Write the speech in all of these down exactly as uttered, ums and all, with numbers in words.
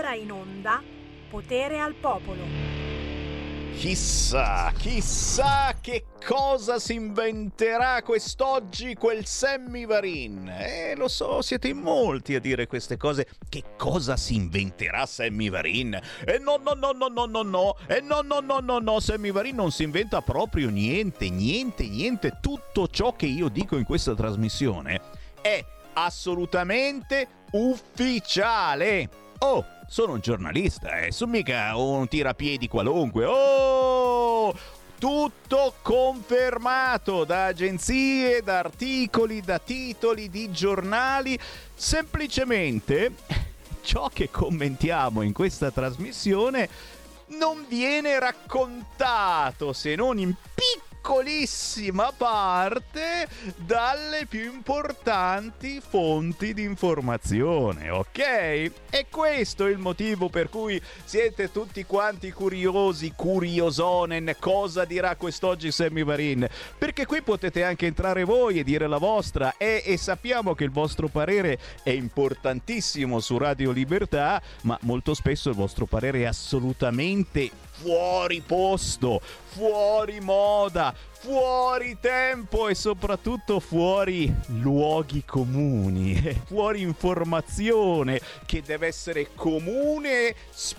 ora in onda Potere al Popolo. Chissà, chissà che cosa si inventerà quest'oggi quel Sammy Varin. Eh, lo so, siete in molti a dire queste cose. Che cosa si inventerà Sammy Varin? E eh, no, no, no, no, no, no, no. E eh, no, no, no, no, no, Sammy Varin non si inventa proprio niente, niente, niente. Tutto ciò che io dico in questa trasmissione è assolutamente ufficiale. Oh, sono un giornalista, eh, sono mica un tirapiedi qualunque. Oh, tutto confermato da agenzie, da articoli, da titoli di giornali. Semplicemente ciò che commentiamo in questa trasmissione non viene raccontato, se non in piccolissima parte, dalle più importanti fonti di informazione, ok? E questo è il motivo per cui siete tutti quanti curiosi, curiosonen, cosa dirà quest'oggi Sammy Varin, perché qui potete anche entrare voi e dire la vostra, e, e sappiamo che il vostro parere è importantissimo su Radio Libertà, ma molto spesso il vostro parere è assolutamente fuori posto, fuori moda, fuori tempo e soprattutto fuori luoghi comuni, fuori informazione che deve essere comune,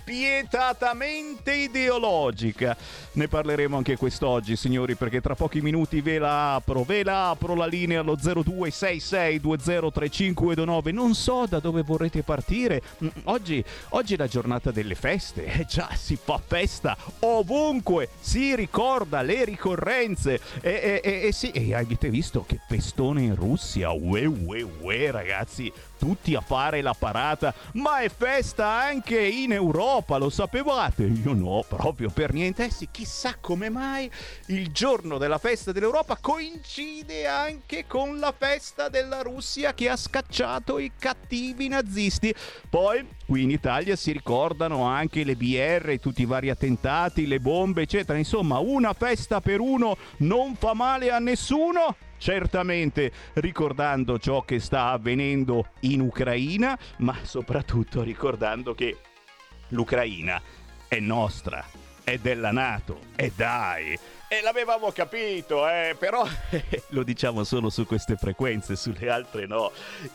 spietatamente ideologica. Ne parleremo anche quest'oggi, signori, perché tra pochi minuti ve la apro, ve la apro la linea allo zero due sei sei due zero tre cinque due nove. Non so da dove vorrete partire. Oggi, oggi è la giornata delle feste, eh già, si fa festa ovunque, si ricorda le ricorrenze. E, e, e, e sì, e avete visto che festone in Russia? Ue ue ue, ragazzi, tutti a fare la parata, ma è festa anche in Europa, lo sapevate? Io no, proprio per niente. Eh sì, chissà come mai il giorno della festa dell'Europa coincide anche con la festa della Russia che ha scacciato i cattivi nazisti. Poi qui in Italia si ricordano anche le B R, tutti i vari attentati, le bombe, eccetera. Insomma, una festa per uno non fa male a nessuno. Certamente ricordando ciò che sta avvenendo in Ucraina, ma soprattutto ricordando che l'Ucraina è nostra, è della NATO, e dai, e l'avevamo capito, eh, però lo diciamo solo su queste frequenze, sulle altre no.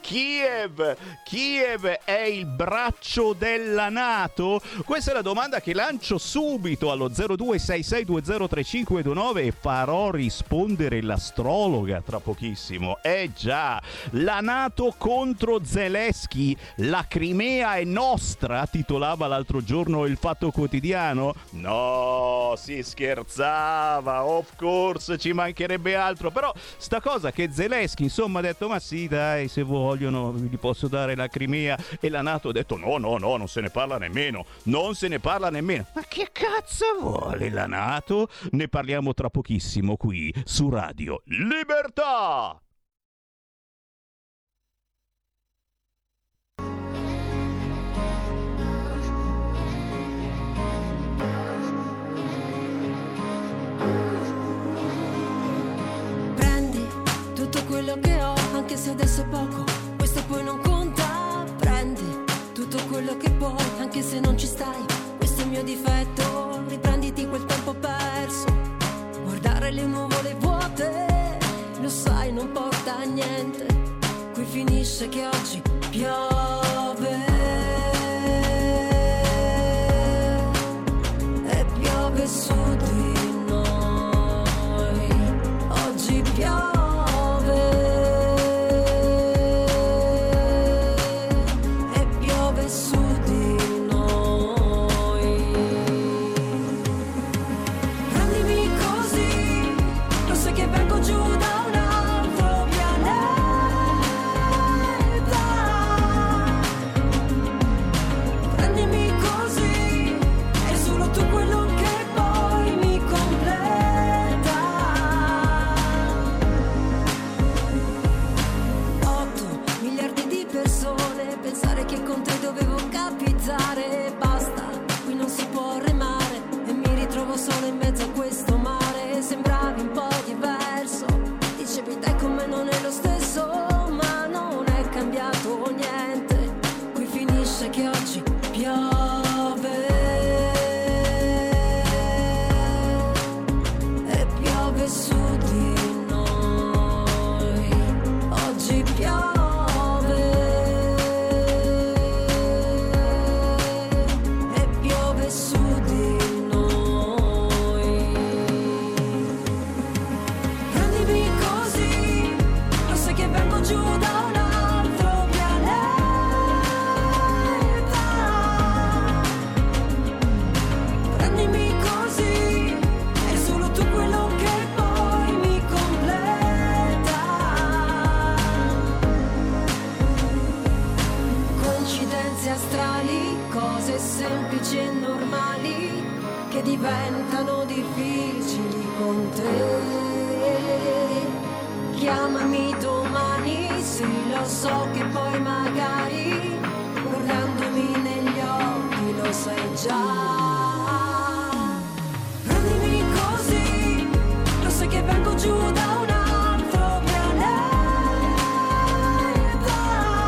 Kiev, Kiev è il braccio della NATO? Questa è la domanda che lancio subito allo zero due sei sei due zero tre cinque due nove e farò rispondere l'astrologa tra pochissimo. Eh già, la NATO contro Zelensky, la Crimea è nostra, titolava l'altro giorno il Fatto Quotidiano. No, si scherzava. Of course, ci mancherebbe altro. Però sta cosa che Zelensky insomma ha detto: ma sì dai, se vogliono gli posso dare la Crimea, e la NATO ha detto no no no, non se ne parla nemmeno, non se ne parla nemmeno. Ma che cazzo vuole la NATO? Ne parliamo tra pochissimo qui su Radio Libertà. Quello che ho, anche se adesso è poco, questo poi non conta. Prendi tutto quello che puoi, anche se non ci stai, questo è il mio difetto. Riprenditi quel tempo perso, guardare le nuvole vuote, lo sai non porta a niente. Qui finisce che oggi piove, e piove su di noi, oggi piove. Basta, qui non si può remare, e mi ritrovo solo in mezzo a questo mare. Sembravi un po' diverso, dicevi dai con me non è lo stesso, ma non è cambiato niente. Qui finisce che oggi piove. semplici e normali che diventano difficili con te. Chiamami domani, sì lo so che poi magari guardandomi negli occhi lo sai già. Prendimi così, lo sai che vengo giù da un altro pianeta.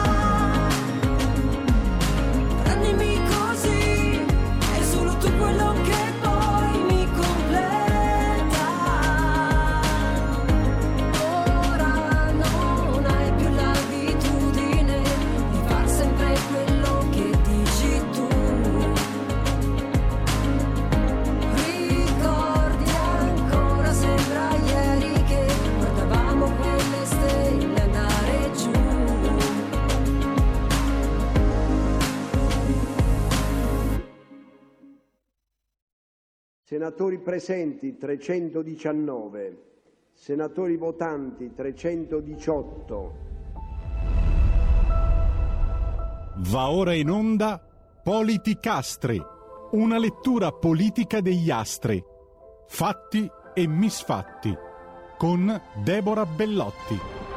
Prendimi così, è solo tu quello che poi mi completa. Ora non hai più l'abitudine di far sempre quello che dici tu. Ricordi ancora, sembra ieri che guardavamo quelle stelle andare giù. Senatori presenti trecentodiciannove, senatori votanti trecentodiciotto. Va ora in onda Politicastri, una lettura politica degli astri, fatti e misfatti, con Deborah Bellotti.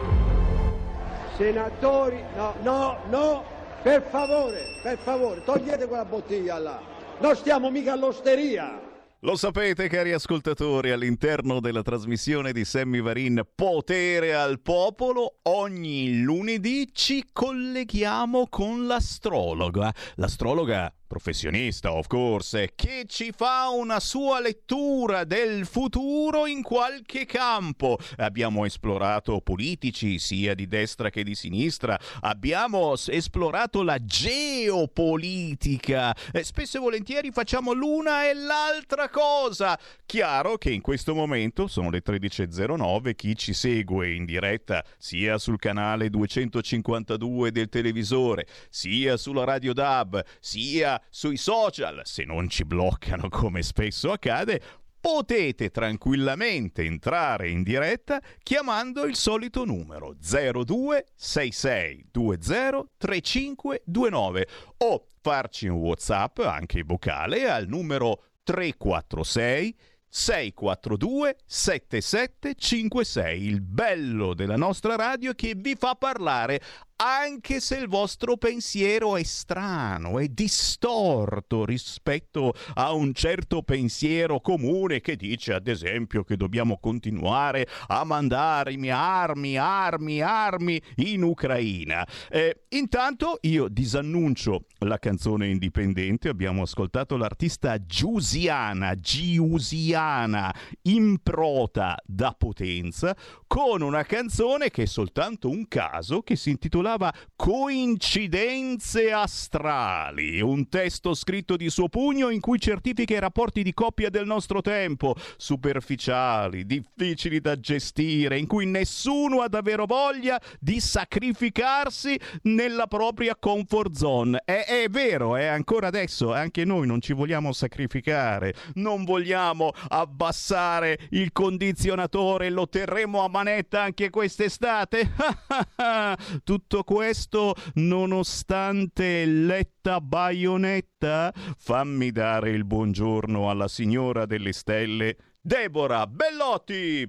Senatori, no, no, no, per favore, per favore, togliete quella bottiglia là. Non stiamo mica all'osteria. Lo sapete, cari ascoltatori, all'interno della trasmissione di Sammy Varin Potere al Popolo, ogni lunedì ci colleghiamo con l'astrologa. L'astrologa professionista, of course, che ci fa una sua lettura del futuro in qualche campo. Abbiamo esplorato politici sia di destra che di sinistra, abbiamo esplorato la geopolitica, e spesso e volentieri facciamo l'una e l'altra cosa. Chiaro che in questo momento sono le tredici e zero nove, chi ci segue in diretta sia sul canale duecentocinquantadue del televisore, sia sulla Radio D A B, sia sui social, se non ci bloccano come spesso accade, potete tranquillamente entrare in diretta chiamando il solito numero zero due sei sei due zero tre cinque due nove o farci un WhatsApp anche vocale al numero tre quattro sei sei quattro due sette sette cinque sei. Il bello della nostra radio è che vi fa parlare anche se il vostro pensiero è strano, è distorto rispetto a un certo pensiero comune che dice, ad esempio, che dobbiamo continuare a mandare armi, armi, armi in Ucraina. Eh, intanto io disannuncio la canzone indipendente, abbiamo ascoltato l'artista Giusiana, Giusiana, Improta da Potenza, con una canzone che è soltanto un caso, che si intitolava Coincidenze astrali, un testo scritto di suo pugno in cui certifica i rapporti di coppia del nostro tempo, superficiali, difficili da gestire, in cui nessuno ha davvero voglia di sacrificarsi nella propria comfort zone. È, è vero, è ancora adesso, anche noi non ci vogliamo sacrificare, non vogliamo abbassare il condizionatore, lo terremo a manetta anche quest'estate. Tutto questo nonostante Letta baionetta. Fammi dare il buongiorno alla signora delle stelle, Deborah Bellotti.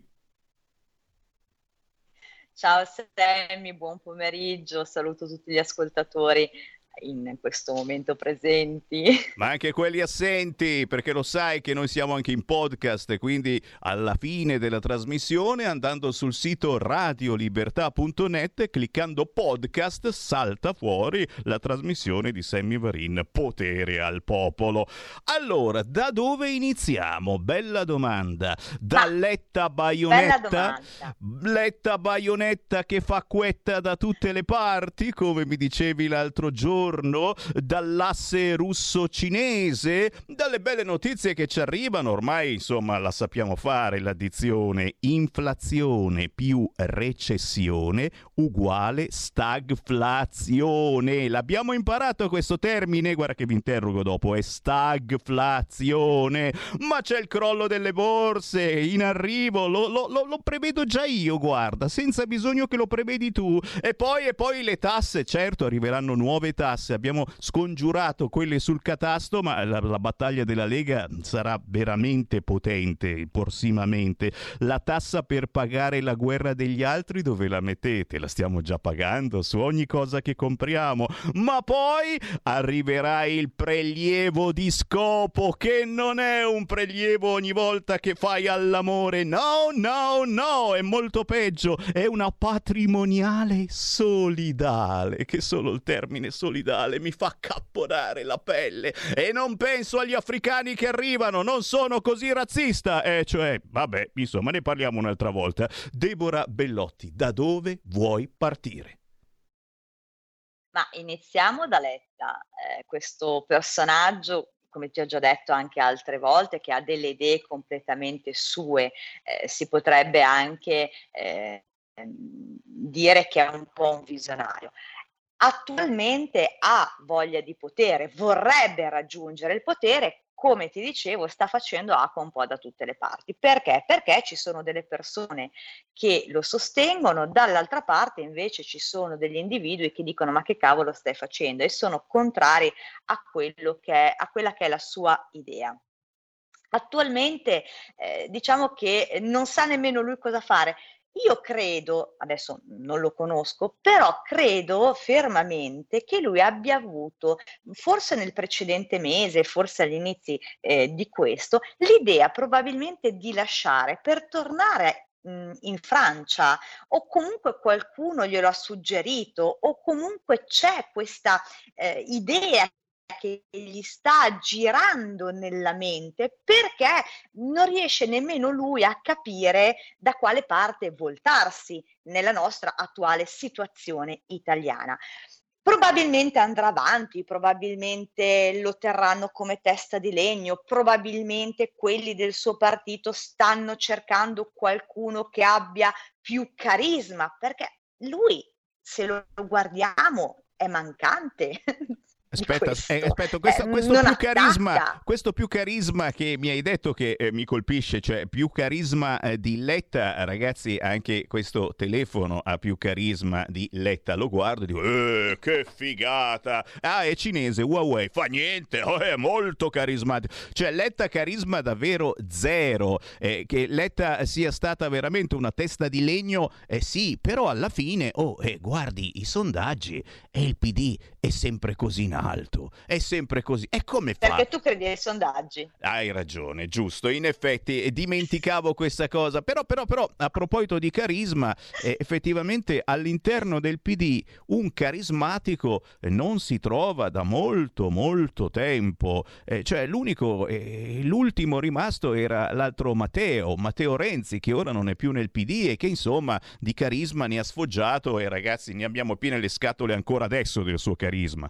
Ciao Sammy, buon pomeriggio, saluto tutti gli ascoltatori in questo momento presenti, ma anche quelli assenti, perché lo sai che noi siamo anche in podcast, e quindi alla fine della trasmissione, andando sul sito radiolibertà punto net, cliccando podcast, salta fuori la trasmissione di Sammy Varin Potere al Popolo. Allora, da dove iniziamo? Bella domanda. Da ah, Letta baionetta? Letta baionetta che fa quetta da tutte le parti, come mi dicevi l'altro giorno, dall'asse russo-cinese, dalle belle notizie che ci arrivano, ormai insomma la sappiamo fare, l'addizione inflazione più recessione uguale stagflazione. L'abbiamo imparato questo termine, guarda che vi interrogo dopo, è stagflazione. Ma c'è il crollo delle borse in arrivo, lo, lo, lo, lo prevedo già io, guarda, senza bisogno che lo prevedi tu. E poi, e poi le tasse, certo, arriveranno nuove tasse tasse, abbiamo scongiurato quelle sul catasto, ma la, la battaglia della Lega sarà veramente potente, prossimamente. La tassa per pagare la guerra degli altri dove la mettete? La stiamo già pagando su ogni cosa che compriamo, ma poi arriverà il prelievo di scopo, che non è un prelievo ogni volta che fai all'amore, no, no, no, è molto peggio, è una patrimoniale solidale, che solo il termine solidale mi fa capponare la pelle. E non penso agli africani che arrivano, non sono così razzista, eh, cioè, vabbè, insomma, ne parliamo un'altra volta. Deborah Bellotti, da dove vuoi partire? Ma iniziamo da Letta, eh, questo personaggio, come ti ho già detto anche altre volte, che ha delle idee completamente sue, eh, si potrebbe anche eh, dire che è un po' un visionario. Attualmente ha voglia di potere, vorrebbe raggiungere il potere, come ti dicevo, sta facendo acqua un po' da tutte le parti. Perché? Perché ci sono delle persone che lo sostengono, dall'altra parte invece ci sono degli individui che dicono ma che cavolo stai facendo, e sono contrari a quello che è, a quella che è la sua idea. Attualmente eh, diciamo che non sa nemmeno lui cosa fare. Io credo, adesso non lo conosco, però credo fermamente che lui abbia avuto, forse nel precedente mese, forse agli inizi eh, di questo, l'idea probabilmente di lasciare per tornare mh, in Francia, o comunque qualcuno glielo ha suggerito, o comunque c'è questa eh, idea che gli sta girando nella mente, perché non riesce nemmeno lui a capire da quale parte voltarsi nella nostra attuale situazione italiana. Probabilmente andrà avanti, probabilmente lo terranno come testa di legno, probabilmente quelli del suo partito stanno cercando qualcuno che abbia più carisma, perché lui, se lo guardiamo, è mancante. Aspetta, questo. eh, aspetta, questo, Eh, questo, non più attacca. carisma, questo più carisma che mi hai detto che eh, mi colpisce, cioè più carisma eh, di Letta, ragazzi, anche questo telefono ha più carisma di Letta, lo guardo e dico, eh, che figata, ah è cinese, Huawei, fa niente, oh, è molto carismatico, cioè Letta carisma davvero zero, eh, che Letta sia stata veramente una testa di legno, eh sì, però alla fine, oh, eh, guardi i sondaggi e il P D è sempre così in alto, è sempre così. E come fa? Perché tu credi ai sondaggi. Hai ragione, giusto. In effetti dimenticavo questa cosa. Però, però, però, a proposito di carisma, eh, effettivamente all'interno del P D un carismatico non si trova da molto, molto tempo. Eh, cioè, l'unico, eh, l'ultimo rimasto era l'altro Matteo, Matteo Renzi, che ora non è più nel P D e che insomma di carisma ne ha sfoggiato. E ragazzi, ne abbiamo piene le scatole ancora adesso del suo carisma.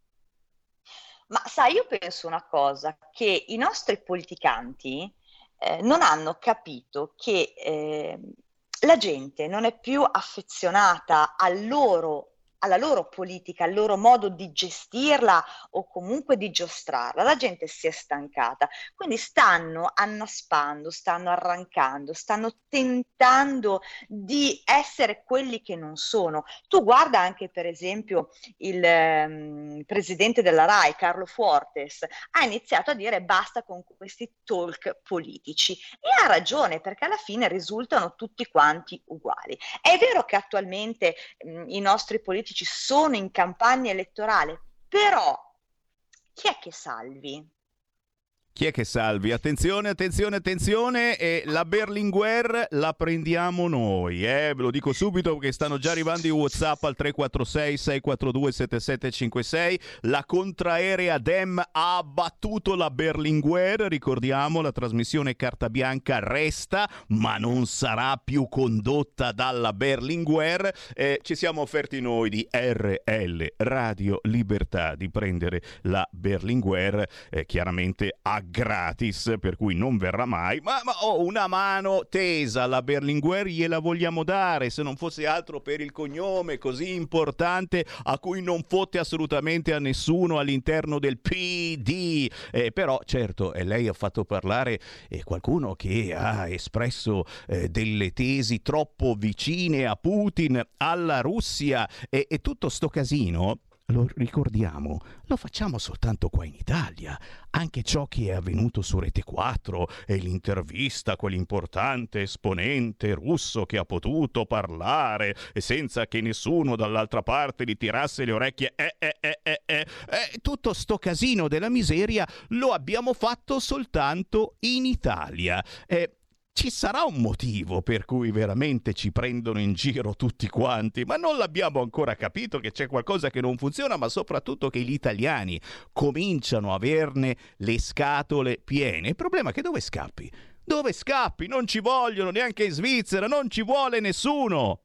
Ma sai, io penso una cosa, che i nostri politicanti eh, non hanno capito che eh, la gente non è più affezionata al loro, alla loro politica, al loro modo di gestirla o comunque di giostrarla. La gente si è stancata, quindi stanno annaspando, stanno arrancando, stanno tentando di essere quelli che non sono. Tu guarda anche per esempio il um, presidente della RAI, Carlo Fuortes, ha iniziato a dire basta con questi talk politici, e ha ragione, perché alla fine risultano tutti quanti uguali. È vero che attualmente um, i nostri politici sono in campagna elettorale, però chi è che salvi? Chi è che salvi? Attenzione, attenzione, attenzione, e la Berlinguer la prendiamo noi, eh? Ve lo dico subito perché stanno già arrivando i WhatsApp al tre quattro sei sei quattro due sette sette cinque sei. La contraerea Dem ha abbattuto la Berlinguer, ricordiamo, la trasmissione carta bianca resta, ma non sarà più condotta dalla Berlinguer. Eh, ci siamo offerti noi di R L Radio Libertà di prendere la Berlinguer, eh, chiaramente a gratis, per cui non verrà mai, ma, ma ho oh, una mano tesa alla Berlinguer gliela vogliamo dare, se non fosse altro per il cognome così importante a cui non fotte assolutamente a nessuno all'interno del P D. Eh, però certo, eh, lei ha fatto parlare eh, qualcuno che ha espresso eh, delle tesi troppo vicine a Putin, alla Russia, e, e tutto sto casino lo ricordiamo, lo facciamo soltanto qua in Italia. Anche ciò che è avvenuto su Rete quattro e l'intervista a quell'importante esponente russo che ha potuto parlare e senza che nessuno dall'altra parte gli tirasse le orecchie, eh, eh, eh, eh, eh, eh, tutto sto casino della miseria lo abbiamo fatto soltanto in Italia. Eh, Ci sarà un motivo per cui veramente ci prendono in giro tutti quanti, ma non l'abbiamo ancora capito che c'è qualcosa che non funziona, ma soprattutto che gli italiani cominciano a averne le scatole piene. Il problema è che dove scappi? Dove scappi? Non ci vogliono neanche in Svizzera, non ci vuole nessuno.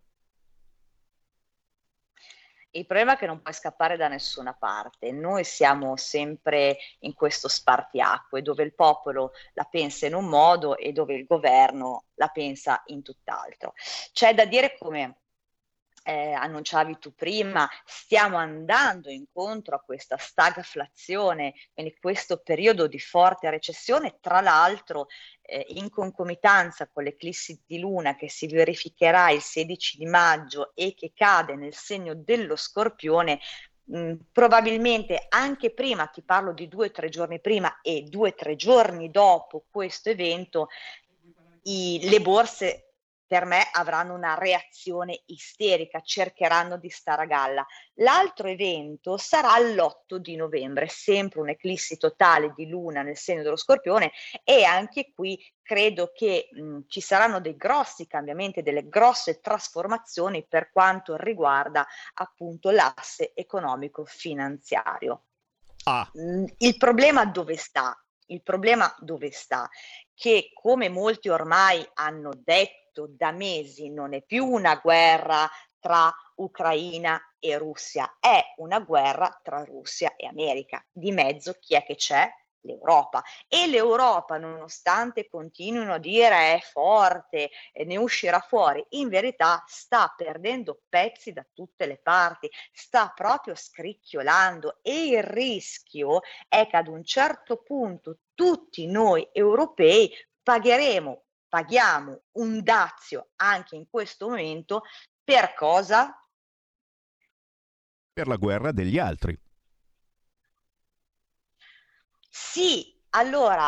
Il problema è che non puoi scappare da nessuna parte. Noi siamo sempre in questo spartiacque dove il popolo la pensa in un modo e dove il governo la pensa in tutt'altro. C'è da dire, come eh, annunciavi tu prima, stiamo andando incontro a questa stagflazione, quindi questo periodo di forte recessione, tra l'altro eh, in concomitanza con l'eclissi di luna che si verificherà il sedici di maggio e che cade nel segno dello Scorpione. Mh, probabilmente anche prima, ti parlo di due o tre giorni prima e due o tre giorni dopo questo evento, i, le borse per me avranno una reazione isterica, cercheranno di stare a galla. L'altro evento sarà l'otto di novembre, sempre un'eclissi totale di luna nel segno dello Scorpione, e anche qui credo che mh, ci saranno dei grossi cambiamenti, delle grosse trasformazioni per quanto riguarda appunto l'asse economico-finanziario. Ah. Mh, il problema dove sta? Il problema dove sta? Che, come molti ormai hanno detto da mesi, non è più una guerra tra Ucraina e Russia, è una guerra tra Russia e America. Di mezzo chi è che c'è? L'Europa. E l'Europa, nonostante continuino a dire è forte, ne uscirà fuori, in verità sta perdendo pezzi da tutte le parti, sta proprio scricchiolando, e il rischio è che ad un certo punto tutti noi europei pagheremo, paghiamo un dazio anche in questo momento. Per cosa? Per la guerra degli altri. Sì, allora,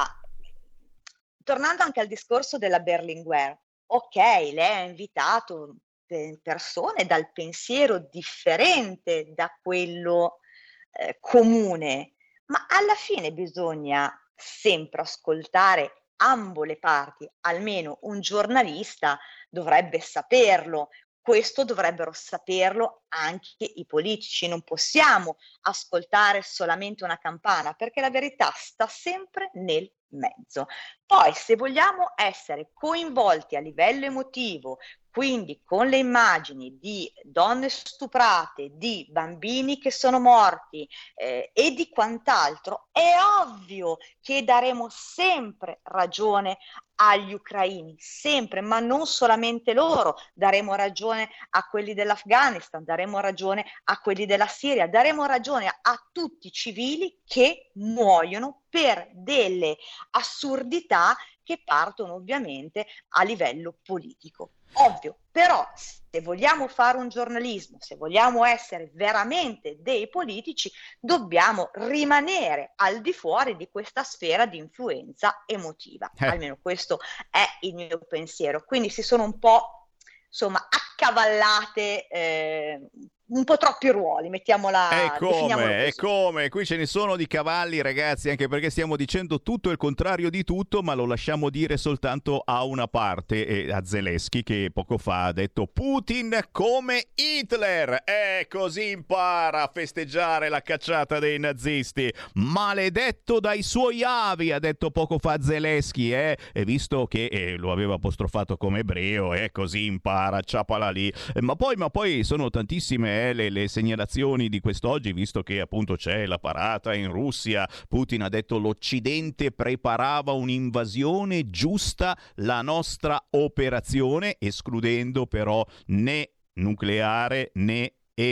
tornando anche al discorso della Berlinguer, ok, lei ha invitato persone dal pensiero differente da quello eh, comune, ma alla fine bisogna sempre ascoltare ambo le parti, almeno un giornalista dovrebbe saperlo. Questo dovrebbero saperlo anche i politici, non possiamo ascoltare solamente una campana, perché la verità sta sempre nel mezzo. Poi, se vogliamo essere coinvolti a livello emotivo, quindi con le immagini di donne stuprate, di bambini che sono morti eh, e di quant'altro, è ovvio che daremo sempre ragione agli ucraini, sempre, ma non solamente loro. Daremo ragione a quelli dell'Afghanistan, daremo ragione a quelli della Siria, daremo ragione a, a tutti i civili che muoiono per delle assurdità che partono ovviamente a livello politico. Ovvio, però se vogliamo fare un giornalismo, se vogliamo essere veramente dei politici, dobbiamo rimanere al di fuori di questa sfera di influenza emotiva. Eh. Almeno questo è il mio pensiero. Quindi si sono un po', insomma, accavallate eh, un po' troppi ruoli, mettiamola. E come, e come, qui ce ne sono di cavalli, ragazzi, anche perché stiamo dicendo tutto e il contrario di tutto, ma lo lasciamo dire soltanto a una parte, e a Zelensky, che poco fa ha detto Putin come Hitler, e così impara a festeggiare la cacciata dei nazisti. Maledetto dai suoi avi, ha detto poco fa Zelensky, eh? E visto che eh, lo aveva apostrofato come ebreo, e eh, così impara, ciapala lì. Eh, ma poi, ma poi sono tantissime Le, le segnalazioni di quest'oggi, visto che appunto c'è la parata in Russia. Putin ha detto l'Occidente preparava un'invasione giusta la nostra operazione, escludendo però né nucleare né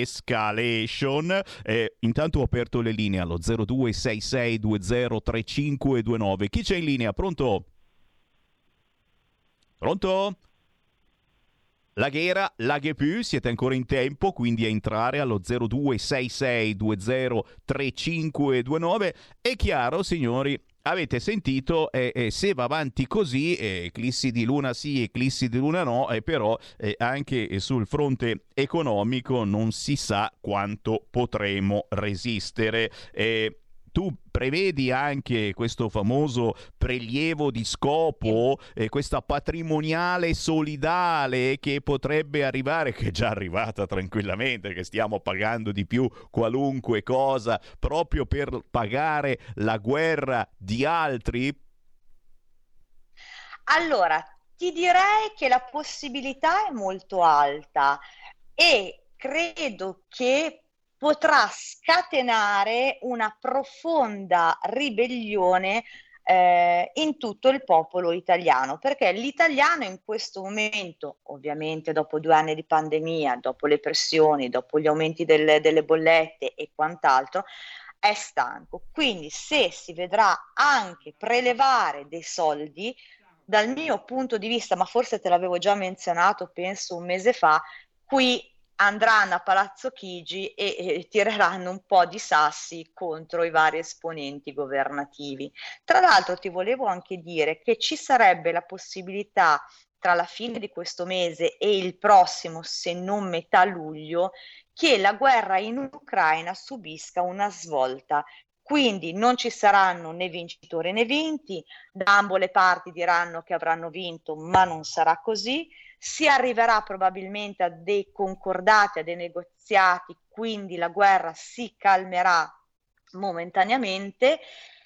escalation. Eh, intanto ho aperto le linee allo zero due sei sei due zero tre cinque due nove. Chi c'è in linea? Pronto? Pronto? Laghera, Laghe Più, siete ancora in tempo, quindi a entrare allo zero due sei sei due zero tre cinque due nove. È chiaro, signori, avete sentito, eh, eh, se va avanti così, eh, eclissi di luna sì, eclissi di luna no, eh, però eh, anche sul fronte economico non si sa quanto potremo resistere. Eh, tu prevedi anche questo famoso prelievo di scopo, eh, questa patrimoniale solidale che potrebbe arrivare, che è già arrivata tranquillamente, che stiamo pagando di più qualunque cosa proprio per pagare la guerra di altri? Allora, ti direi che la possibilità è molto alta e credo che potrà scatenare una profonda ribellione eh, in tutto il popolo italiano, perché l'italiano in questo momento, ovviamente dopo due anni di pandemia, dopo le pressioni, dopo gli aumenti delle, delle bollette e quant'altro, è stanco. Quindi se si vedrà anche prelevare dei soldi, dal mio punto di vista, ma forse te l'avevo già menzionato, penso un mese fa, qui andranno a Palazzo Chigi e, e tireranno un po' di sassi contro i vari esponenti governativi. Tra l'altro ti volevo anche dire che ci sarebbe la possibilità tra la fine di questo mese e il prossimo, se non metà luglio, che la guerra in Ucraina subisca una svolta. Quindi non ci saranno né vincitori né vinti, da ambo le parti diranno che avranno vinto, ma non sarà così. Si arriverà probabilmente a dei concordati, a dei negoziati, quindi la guerra si calmerà momentaneamente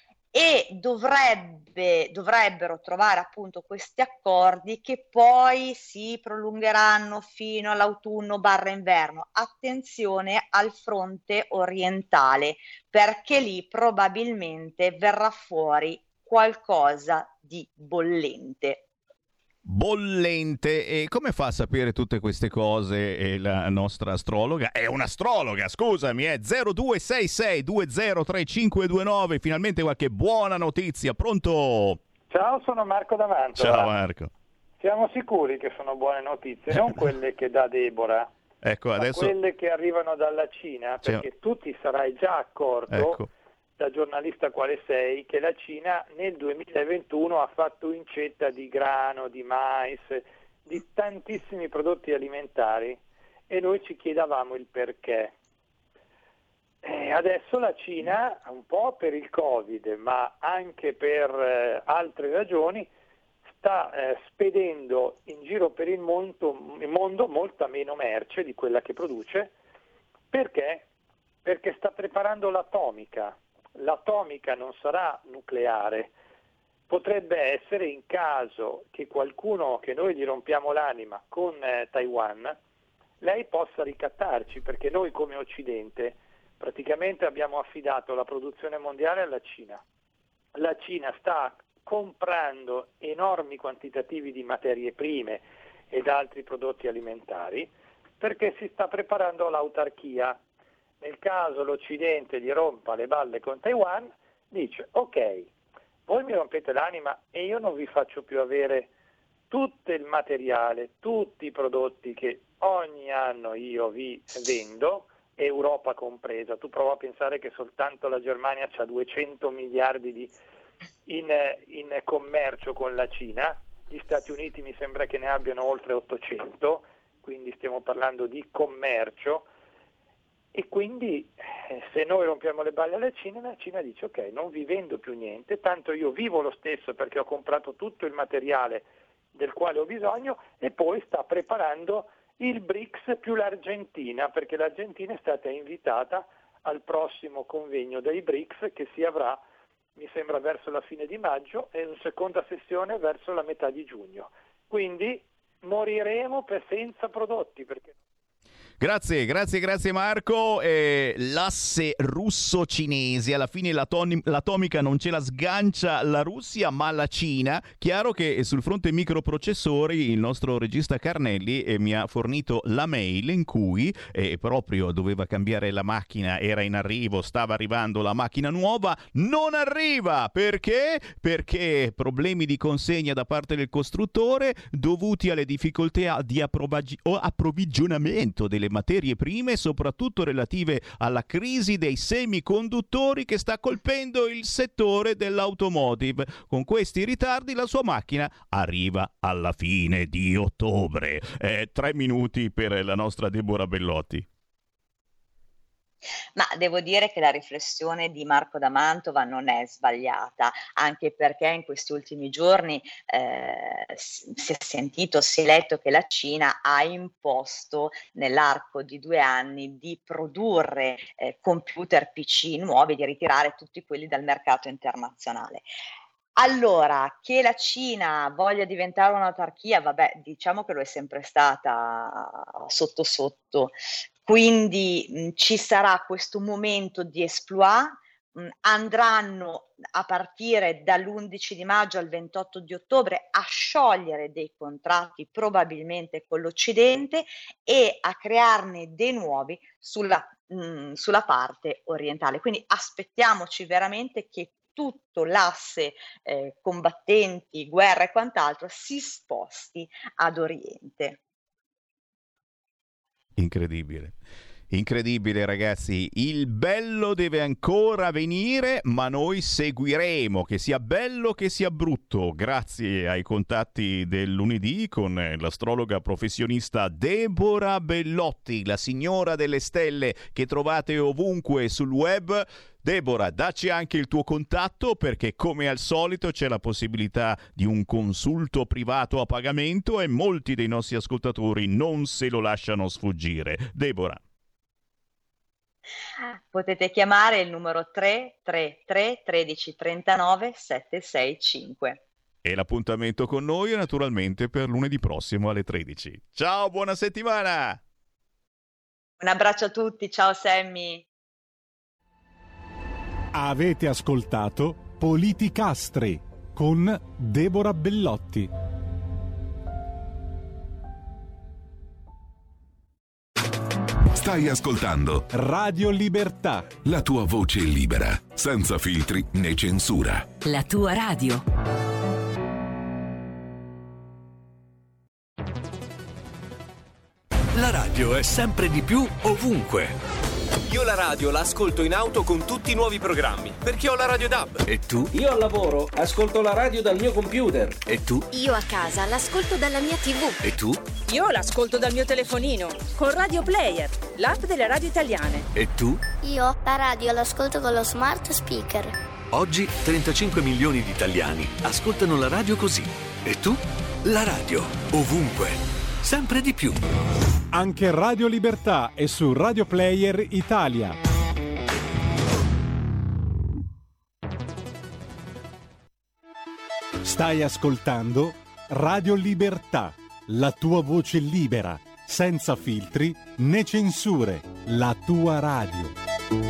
e dovrebbe, dovrebbero trovare appunto questi accordi che poi si prolungheranno fino all'autunno barra inverno. Attenzione al fronte orientale, perché lì probabilmente verrà fuori qualcosa di bollente. Bollente. E come fa a sapere tutte queste cose eh, la nostra astrologa? È un'astrologa, scusami, è zero due sei sei due zero tre cinque due nove. Finalmente qualche buona notizia. Pronto? Ciao, sono Marco da Mantova. Ciao Marco. Siamo sicuri che sono buone notizie, non quelle che dà Deborah, ecco, ma adesso quelle che arrivano dalla Cina, perché C'è... tu ti sarai già accorto, ecco, da giornalista quale sei, che la Cina nel duemilaventuno ha fatto incetta di grano, di mais, di tantissimi prodotti alimentari e noi ci chiedavamo il perché. E adesso la Cina, un po' per il Covid, ma anche per eh, altre ragioni, sta eh, spedendo in giro per il mondo, il mondo molta meno merce di quella che produce. Perché? Perché sta preparando l'atomica. L'atomica non sarà nucleare, potrebbe essere, in caso che qualcuno, che noi gli rompiamo l'anima con eh, Taiwan, lei possa ricattarci, perché noi come Occidente praticamente abbiamo affidato la produzione mondiale alla Cina. La Cina sta comprando enormi quantitativi di materie prime ed altri prodotti alimentari perché si sta preparando all'autarchia. Nel caso l'Occidente gli rompa le balle con Taiwan, dice ok, voi mi rompete l'anima e io non vi faccio più avere tutto il materiale, tutti i prodotti che ogni anno io vi vendo, Europa compresa. Tu prova a pensare che soltanto la Germania ha duecento miliardi di, in, in commercio con la Cina, gli Stati Uniti mi sembra che ne abbiano oltre ottocento, quindi stiamo parlando di commercio. E quindi eh, se noi rompiamo le balle alla Cina, la Cina dice ok, non vi vendo più niente, tanto io vivo lo stesso perché ho comprato tutto il materiale del quale ho bisogno, e poi sta preparando il BRICS più l'Argentina, perché l'Argentina è stata invitata al prossimo convegno dei BRICS che si avrà, mi sembra, verso la fine di maggio e una seconda sessione verso la metà di giugno. Quindi moriremo per senza prodotti, perché Grazie, grazie, grazie Marco. Eh, l'asse russo-cinese, alla fine l'atoni- l'atomica non ce la sgancia la Russia ma la Cina. Chiaro che sul fronte microprocessori il nostro regista Carnelli eh, mi ha fornito la mail in cui eh, proprio doveva cambiare la macchina, era in arrivo, stava arrivando la macchina nuova, non arriva! Perché? Perché problemi di consegna da parte del costruttore dovuti alle difficoltà di approvag- o approvvigionamento delle materie prime, soprattutto relative alla crisi dei semiconduttori che sta colpendo il settore dell'automotive. Con questi ritardi la sua macchina arriva alla fine di ottobre. Eh, tre minuti per la nostra Deborah Bellotti. Ma devo dire che la riflessione di Marco da Mantova non è sbagliata, anche perché in questi ultimi giorni eh, si è sentito, si è letto che la Cina ha imposto nell'arco di due anni di produrre eh, computer P C nuovi, di ritirare tutti quelli dal mercato internazionale. Allora, che la Cina voglia diventare un'autarchia, vabbè, diciamo che lo è sempre stata sotto sotto, quindi mh, ci sarà questo momento di exploit, mh, andranno a partire dall'undici di maggio al ventotto di ottobre a sciogliere dei contratti probabilmente con l'Occidente e a crearne dei nuovi sulla, mh, sulla parte orientale. Quindi aspettiamoci veramente che tutto l'asse eh, combattenti, guerra e quant'altro si sposti ad Oriente. Incredibile. Incredibile ragazzi, il bello deve ancora venire, ma noi seguiremo, che sia bello che sia brutto, grazie ai contatti del lunedì con l'astrologa professionista Deborah Bellotti, la signora delle stelle che trovate ovunque sul web. Deborah, dacci anche il tuo contatto perché come al solito c'è la possibilità di un consulto privato a pagamento e molti dei nostri ascoltatori non se lo lasciano sfuggire. Deborah. Potete chiamare il numero tre tre tre tredici trentanove sette sei cinque. E l'appuntamento con noi è naturalmente per lunedì prossimo alle tredici. Ciao, buona settimana! Un abbraccio a tutti, ciao Sammy! Avete ascoltato Politicastri con Deborah Bellotti. Stai ascoltando Radio Libertà, la tua voce libera, senza filtri né censura. La tua radio. La radio è sempre di più ovunque. Io la radio la ascolto in auto con tutti i nuovi programmi, perché ho la Radio D A B. E tu? Io al lavoro ascolto la radio dal mio computer. E tu? Io a casa l'ascolto dalla mia tivù. E tu? Io l'ascolto dal mio telefonino, con Radio Player, l'app delle radio italiane. E tu? Io la radio l'ascolto con lo smart speaker. Oggi trentacinque milioni di italiani ascoltano la radio così. E tu? La radio, ovunque, sempre di più. Anche Radio Libertà è su Radio Player Italia. Stai ascoltando Radio Libertà, la tua voce libera, senza filtri né censure, la tua radio.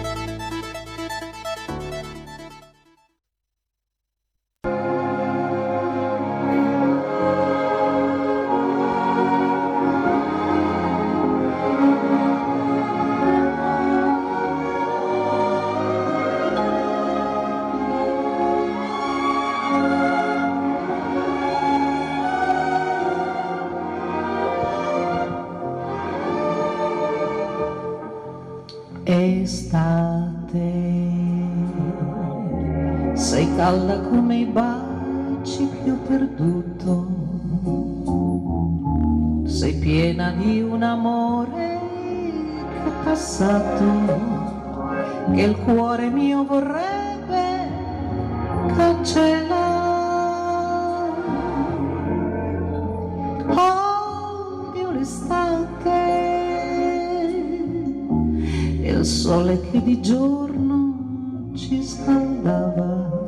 Estate, sei calda come i baci che ho perduto, sei piena di un amore che è passato, che il cuore mio vorrebbe cancellare. Odio l'estate, il sole che di giorno ci scaldava,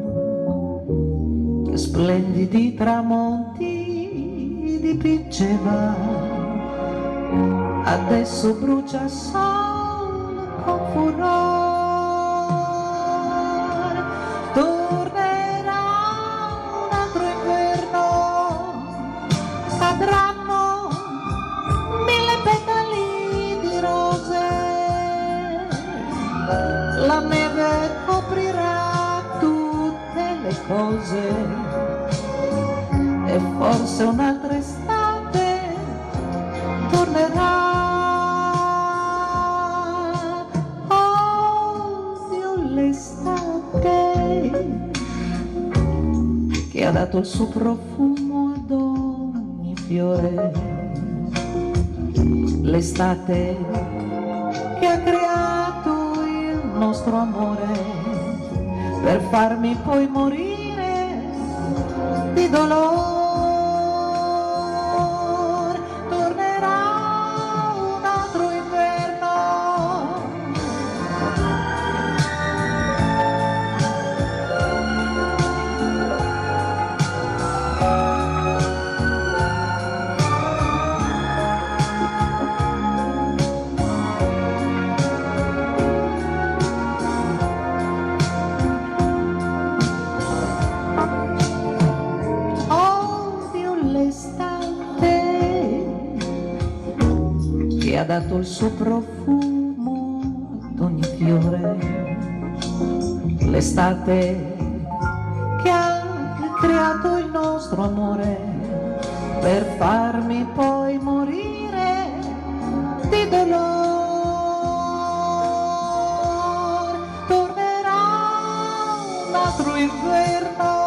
che splendidi tramonti dipingeva. adesso brucia solo con furore. Tornerà un altro inverno, cadranno mille petali di rose, la neve coprirà tutte le cose e forse un'altra estate tornerà. Odio l'estate che ha dato il suo profumo ad ogni fiore, l'estate che ha creato il nostro amore per farmi poi morire di dolore. Ha dato il suo profumo ad ogni fiore, l'estate che ha creato il nostro amore per farmi poi morire di dolore. Tornerà un altro inverno,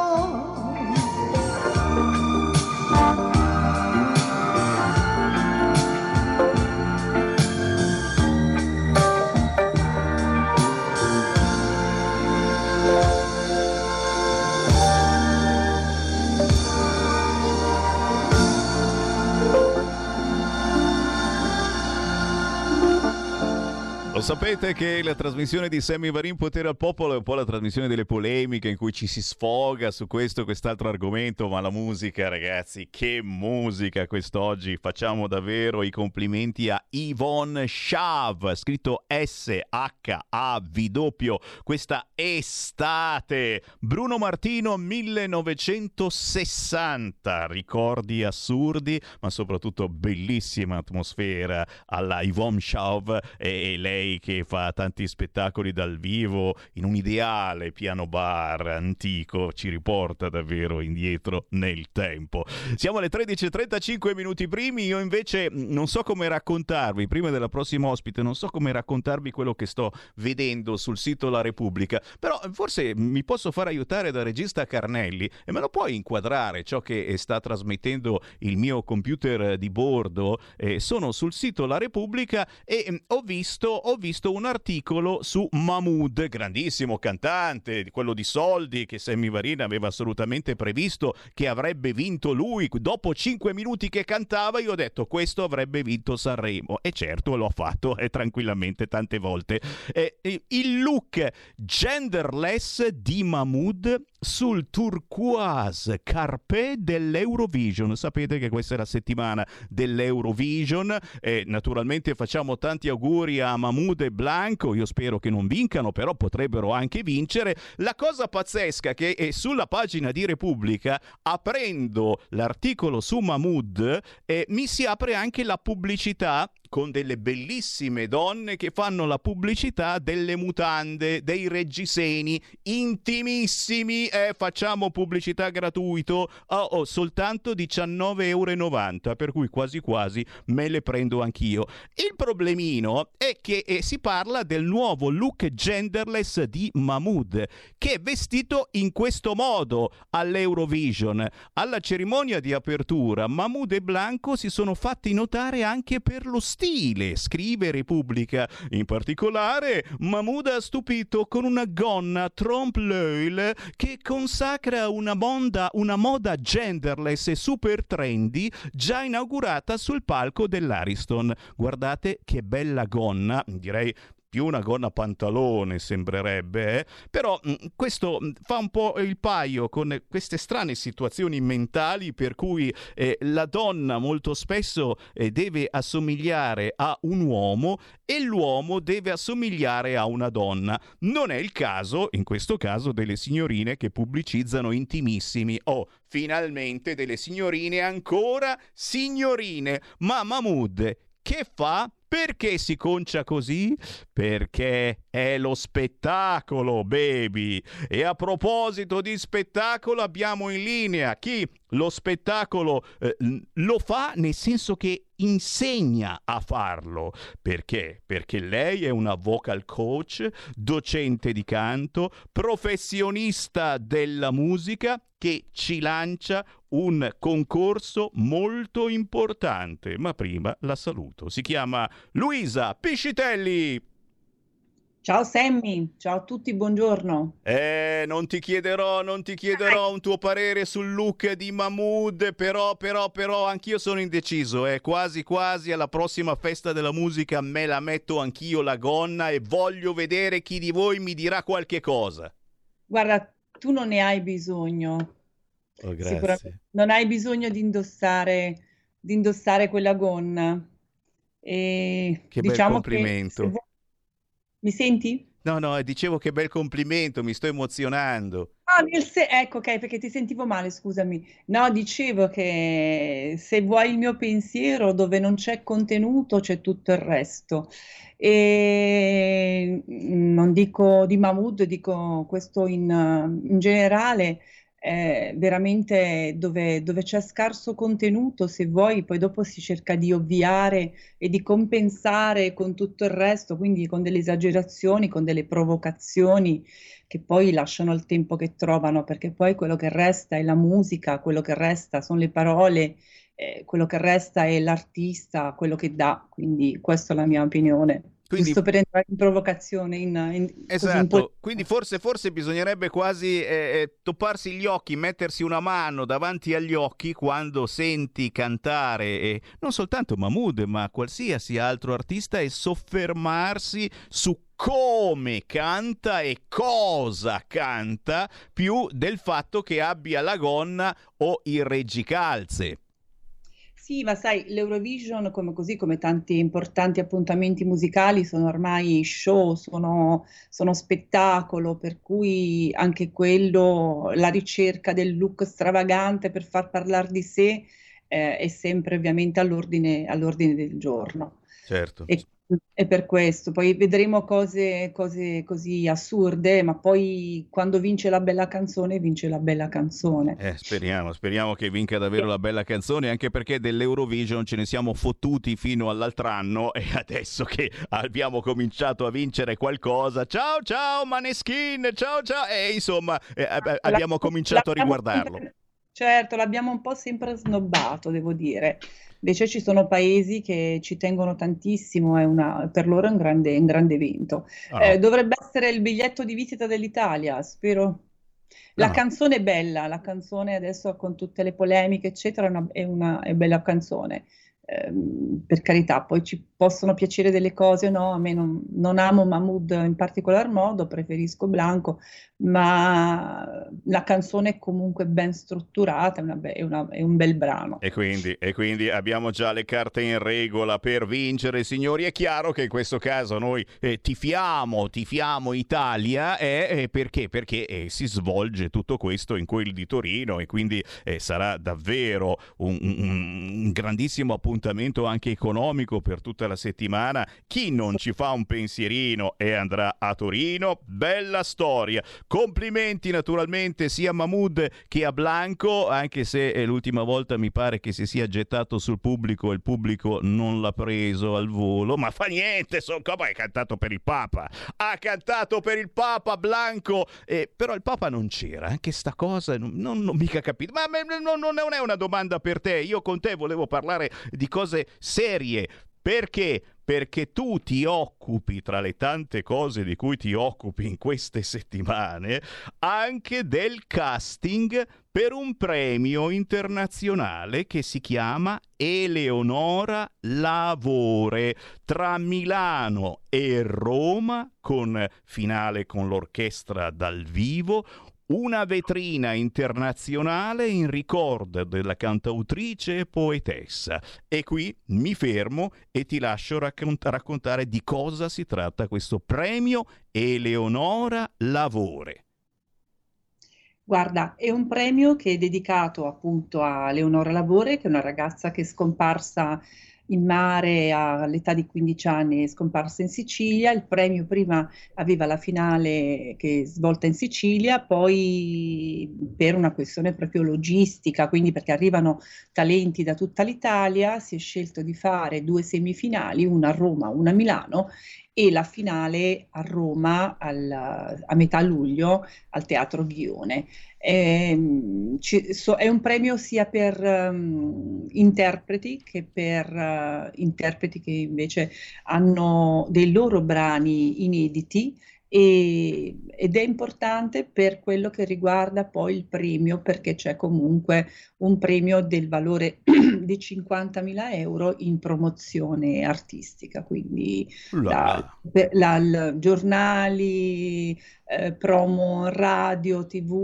Lo sapete che la trasmissione di Sammy Varin Potere al Popolo è un po' la trasmissione delle polemiche in cui ci si sfoga su questo o quest'altro argomento, ma la musica, ragazzi, che musica quest'oggi! Facciamo davvero i complimenti a Yvonne Shav, scritto S H A V W, questa estate. Bruno Martino millenovecentosessanta, ricordi assurdi, ma soprattutto bellissima atmosfera alla Yvonne Shav, e lei che fa tanti spettacoli dal vivo in un ideale piano bar antico, ci riporta davvero indietro nel tempo. Siamo alle tredici e trentacinque minuti primi. Io invece non so come raccontarvi, prima della prossima ospite, non so come raccontarvi quello che sto vedendo sul sito La Repubblica, però forse mi posso far aiutare da regista Carnelli e me lo puoi inquadrare ciò che sta trasmettendo il mio computer di bordo. Eh, sono sul sito La Repubblica e eh, ho visto ho visto un articolo su Mahmood, grandissimo cantante, quello di Soldi, che Sammy Varin aveva assolutamente previsto che avrebbe vinto lui. Dopo cinque minuti che cantava io ho detto questo avrebbe vinto Sanremo, e certo l'ho fatto e tranquillamente tante volte. Eh, il look genderless di Mahmood sul turquoise carpé dell'Eurovision. Sapete che questa è la settimana dell'Eurovision e naturalmente facciamo tanti auguri a Mahmood e Blanco. Io spero che non vincano, però potrebbero anche vincere. La cosa pazzesca che è sulla pagina di Repubblica, aprendo l'articolo su Mahmood, eh, mi si apre anche la pubblicità con delle bellissime donne che fanno la pubblicità delle mutande, dei reggiseni intimissimi. Eh, facciamo pubblicità gratuito, oh, oh, soltanto diciannove e novanta euro, per cui quasi quasi me le prendo anch'io. Il problemino è che eh, si parla del nuovo look genderless di Mahmood, che è vestito in questo modo all'Eurovision. Alla cerimonia di apertura Mahmood e Blanco si sono fatti notare anche per lo stile, scrive Repubblica. In particolare Mahmood ha stupito con una gonna trompe-l'œil che consacra una moda, una moda genderless e super trendy già inaugurata sul palco dell'Ariston. Guardate che bella gonna, direi più una gonna pantalone sembrerebbe, eh? Però mh, questo mh, fa un po' il paio con queste strane situazioni mentali per cui eh, la donna molto spesso eh, deve assomigliare a un uomo e l'uomo deve assomigliare a una donna. Non è il caso, in questo caso, delle signorine che pubblicizzano Intimissimi. Oh, finalmente delle signorine, ancora signorine. Ma Mahmood che fa? Perché si concia così? Perché è lo spettacolo, baby. E a proposito di spettacolo, abbiamo in linea chi lo spettacolo eh, lo fa, nel senso che insegna a farlo. Perché? Perché lei è una vocal coach, docente di canto, professionista della musica, che ci lancia un concorso molto importante. Ma prima la saluto. Si chiama Luisa Piscitelli. Ciao Sammy, ciao a tutti, buongiorno. Eh, non ti chiederò, non ti chiederò un tuo parere sul look di Mahmood, però, però, però, anch'io sono indeciso, eh. Quasi, quasi alla prossima festa della musica me la metto anch'io la gonna e voglio vedere chi di voi mi dirà qualche cosa. Guarda, tu non ne hai bisogno. Oh, grazie. Sicuramente non hai bisogno di indossare, di indossare quella gonna. E che diciamo bel complimento. Che, mi senti? No, no, dicevo che bel complimento, mi sto emozionando. Ah, nel se- ecco, ok, perché ti sentivo male, scusami. No, dicevo che se vuoi il mio pensiero, dove non c'è contenuto, c'è tutto il resto. E non dico di Mahmood, dico questo in, in generale. Eh, veramente dove, dove c'è scarso contenuto, se vuoi, poi dopo si cerca di ovviare e di compensare con tutto il resto, quindi con delle esagerazioni, con delle provocazioni che poi lasciano il tempo che trovano, perché poi quello che resta è la musica, quello che resta sono le parole, eh, quello che resta è l'artista, quello che dà, quindi questa è la mia opinione. Quindi, giusto per entrare in provocazione in, in, esatto, così, quindi forse, forse bisognerebbe quasi eh, topparsi gli occhi, mettersi una mano davanti agli occhi quando senti cantare eh, non soltanto Mahmood ma qualsiasi altro artista e soffermarsi su come canta e cosa canta più del fatto che abbia la gonna o il reggicalze. Sì, ma sai, l'Eurovision, come, così come tanti importanti appuntamenti musicali, sono ormai show, sono, sono spettacolo, per cui anche quello, la ricerca del look stravagante per far parlare di sé, eh, è sempre ovviamente all'ordine, all'ordine del giorno. Certo. E, e per questo, poi vedremo cose, cose così assurde, ma poi quando vince la bella canzone, vince la bella canzone. Eh, speriamo, speriamo che vinca davvero la bella canzone, anche perché dell'Eurovision ce ne siamo fottuti fino all'altro anno e adesso che abbiamo cominciato a vincere qualcosa, ciao ciao Maneskin, ciao ciao, e insomma eh, abbiamo la, cominciato a riguardarlo. Sempre, certo, l'abbiamo un po' sempre snobbato, devo dire. Invece ci sono paesi che ci tengono tantissimo, è una, per loro è un grande, un grande evento. Oh. Eh, dovrebbe essere il biglietto di visita dell'Italia, spero. La no. canzone è bella, la canzone adesso con tutte le polemiche eccetera è una, è una è bella canzone, eh, per carità, poi ci possono piacere delle cose, no, a me non, non amo Mahmood in particolar modo, preferisco Blanco, ma la canzone è comunque ben strutturata, è, una be- è, una, è un bel brano. E quindi, e quindi abbiamo già le carte in regola per vincere, signori. È chiaro che in questo caso noi eh, tifiamo, tifiamo Italia, eh, eh, perché? Perché eh, si svolge tutto questo in quel di Torino e quindi eh, sarà davvero un, un, un grandissimo appuntamento anche economico per tutta la settimana. Chi non ci fa un pensierino e andrà a Torino? Bella storia. Complimenti naturalmente sia a Mahmood che a Blanco, anche se l'ultima volta mi pare che si sia gettato sul pubblico e il pubblico non l'ha preso al volo, ma fa niente, so, come ha cantato per il Papa, ha cantato per il Papa Blanco, eh, però il Papa non c'era, anche sta cosa non, non, non mica capito, ma non, non è una domanda per te, io con te volevo parlare di cose serie. Perché? perché tu ti occupi, tra le tante cose di cui ti occupi in queste settimane, anche del casting per un premio internazionale che si chiama Eleonora Lavore, tra Milano e Roma, con finale con l'orchestra dal vivo, una vetrina internazionale in ricordo della cantautrice e poetessa. E qui mi fermo e ti lascio raccont- raccontare di cosa si tratta questo premio Eleonora Lavore. Guarda, è un premio che è dedicato appunto a Eleonora Lavore, che è una ragazza che è scomparsa in mare all'età di quindici anni, è scomparsa in Sicilia. Il premio prima aveva la finale che è svolta in Sicilia, poi per una questione proprio logistica, quindi perché arrivano talenti da tutta l'Italia, si è scelto di fare due semifinali, una a Roma, una a Milano, e la finale a Roma al, a metà luglio al Teatro Ghione. E, ci, so, è un premio sia per um, interpreti che per uh, interpreti che invece hanno dei loro brani inediti, e, ed è importante per quello che riguarda poi il premio, perché c'è comunque un premio del valore di cinquantamila euro in promozione artistica, quindi la, la, la, giornali, eh, promo radio,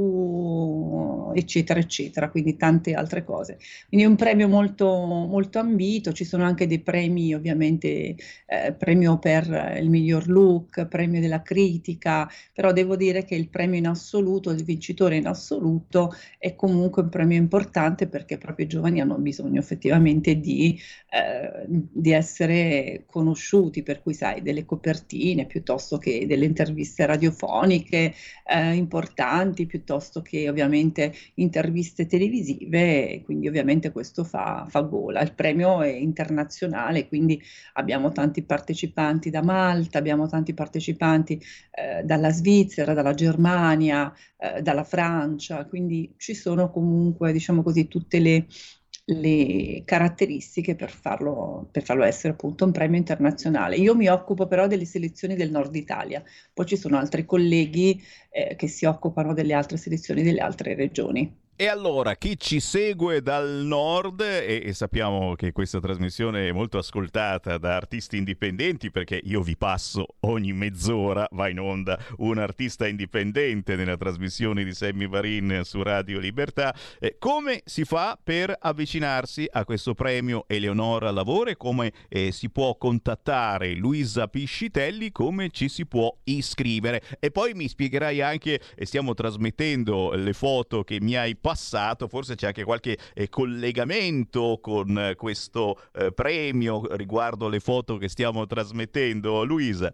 tv, eccetera, eccetera, quindi tante altre cose. Quindi è un premio molto, molto ambito. Ci sono anche dei premi, ovviamente, eh, premio per il miglior look, premio della critica, però devo dire che il premio in assoluto, il vincitore in assoluto, è comunque un premio importante, perché proprio i giovani hanno bisogno effettivamente di, eh, di essere conosciuti, per cui sai, delle copertine piuttosto che delle interviste radiofoniche eh, importanti, piuttosto che ovviamente interviste televisive, quindi ovviamente questo fa, fa gola. Il premio è internazionale, quindi abbiamo tanti partecipanti da Malta, abbiamo tanti partecipanti eh, dalla Svizzera, dalla Germania, eh, dalla Francia, quindi ci sono comunque, diciamo così, tutte le le caratteristiche per farlo, per farlo essere appunto un premio internazionale. Io mi occupo però delle selezioni del nord Italia, poi ci sono altri colleghi eh, che si occupano delle altre selezioni delle altre regioni. E allora, chi ci segue dal nord, e, e sappiamo che questa trasmissione è molto ascoltata da artisti indipendenti, perché io vi passo ogni mezz'ora, va in onda un artista indipendente nella trasmissione di Sammy Varin su Radio Libertà, eh, come si fa per avvicinarsi a questo premio Eleonora Lavore? Come eh, si può contattare Luisa Piscitelli? Come ci si può iscrivere? E poi mi spiegherai anche, e stiamo trasmettendo le foto che mi hai passato, forse c'è anche qualche eh, collegamento con eh, questo eh, premio riguardo le foto che stiamo trasmettendo, Luisa?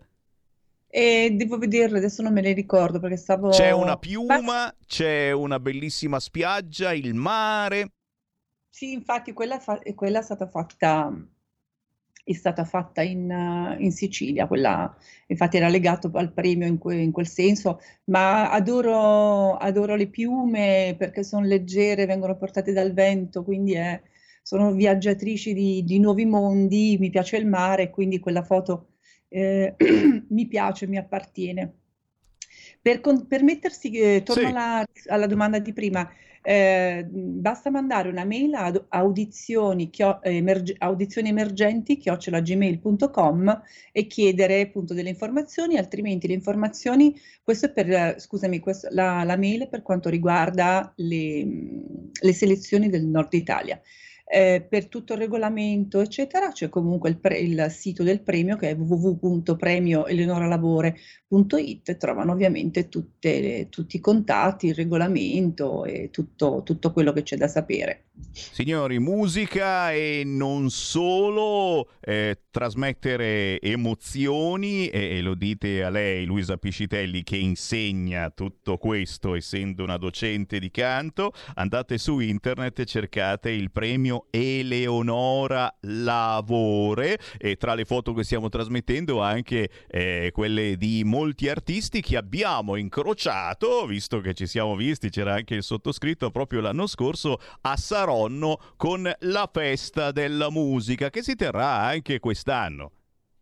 E devo vederle, adesso non me le ricordo perché stavo... C'è una piuma, c'è una bellissima spiaggia, il mare. Sì, infatti quella, fa- quella è stata fatta... è stata fatta in, in Sicilia, quella infatti era legato al premio in, que, in quel senso, ma adoro, adoro le piume perché sono leggere, vengono portate dal vento, quindi è, sono viaggiatrici di, di nuovi mondi, mi piace il mare, quindi quella foto eh, mi piace, mi appartiene. Per, con, per mettersi, eh, torno sì. alla, alla domanda di prima, Eh, basta mandare una mail a audizioni, chio, emerg, audizioni emergenti chiocciola gmail punto com e chiedere appunto delle informazioni, altrimenti le informazioni, questo è per, scusami, questo, la, la mail è per quanto riguarda le, le selezioni del nord Italia. Eh, per tutto il regolamento eccetera c'è comunque il, pre, il sito del premio che è w w w punto premio eleonora lavore punto i t, trovano ovviamente tutte, tutti i contatti, il regolamento e tutto, tutto quello che c'è da sapere. Signori, musica e non solo, eh, trasmettere emozioni e, e lo dite a lei, Luisa Piscitelli, che insegna tutto questo essendo una docente di canto. Andate su internet e cercate il premio Eleonora Lavore e tra le foto che stiamo trasmettendo anche eh, quelle di molti artisti che abbiamo incrociato, visto che ci siamo visti, c'era anche il sottoscritto proprio l'anno scorso a Saronno con la festa della musica che si terrà anche quest'anno.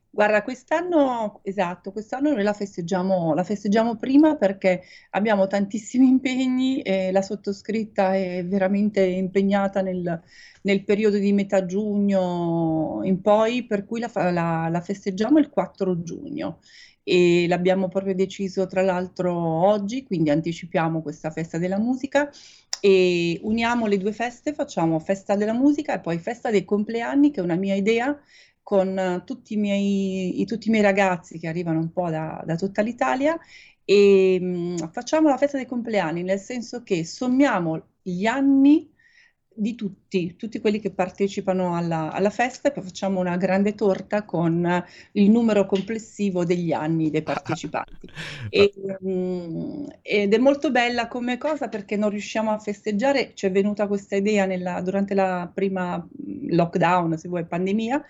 Guarda, quest'anno, esatto, quest'anno noi la festeggiamo, la festeggiamo prima perché abbiamo tantissimi impegni e la sottoscritta è veramente impegnata nel, nel periodo di metà giugno in poi, per cui la, fa- la- la festeggiamo il quattro giugno e l'abbiamo proprio deciso tra l'altro oggi, quindi anticipiamo questa festa della musica e uniamo le due feste, facciamo festa della musica e poi festa dei compleanni, che è una mia idea con eh, tutti i miei, i- tutti i miei ragazzi che arrivano un po' da, da tutta l'Italia e mh, facciamo la festa dei compleanni, nel senso che sommiamo gli anni di tutti, tutti quelli che partecipano alla, alla festa e poi facciamo una grande torta con eh, il numero complessivo degli anni dei partecipanti. E, mh, ed è molto bella come cosa perché non riusciamo a festeggiare, ci è venuta questa idea nella- durante la prima mh, lockdown, se vuoi, pandemia,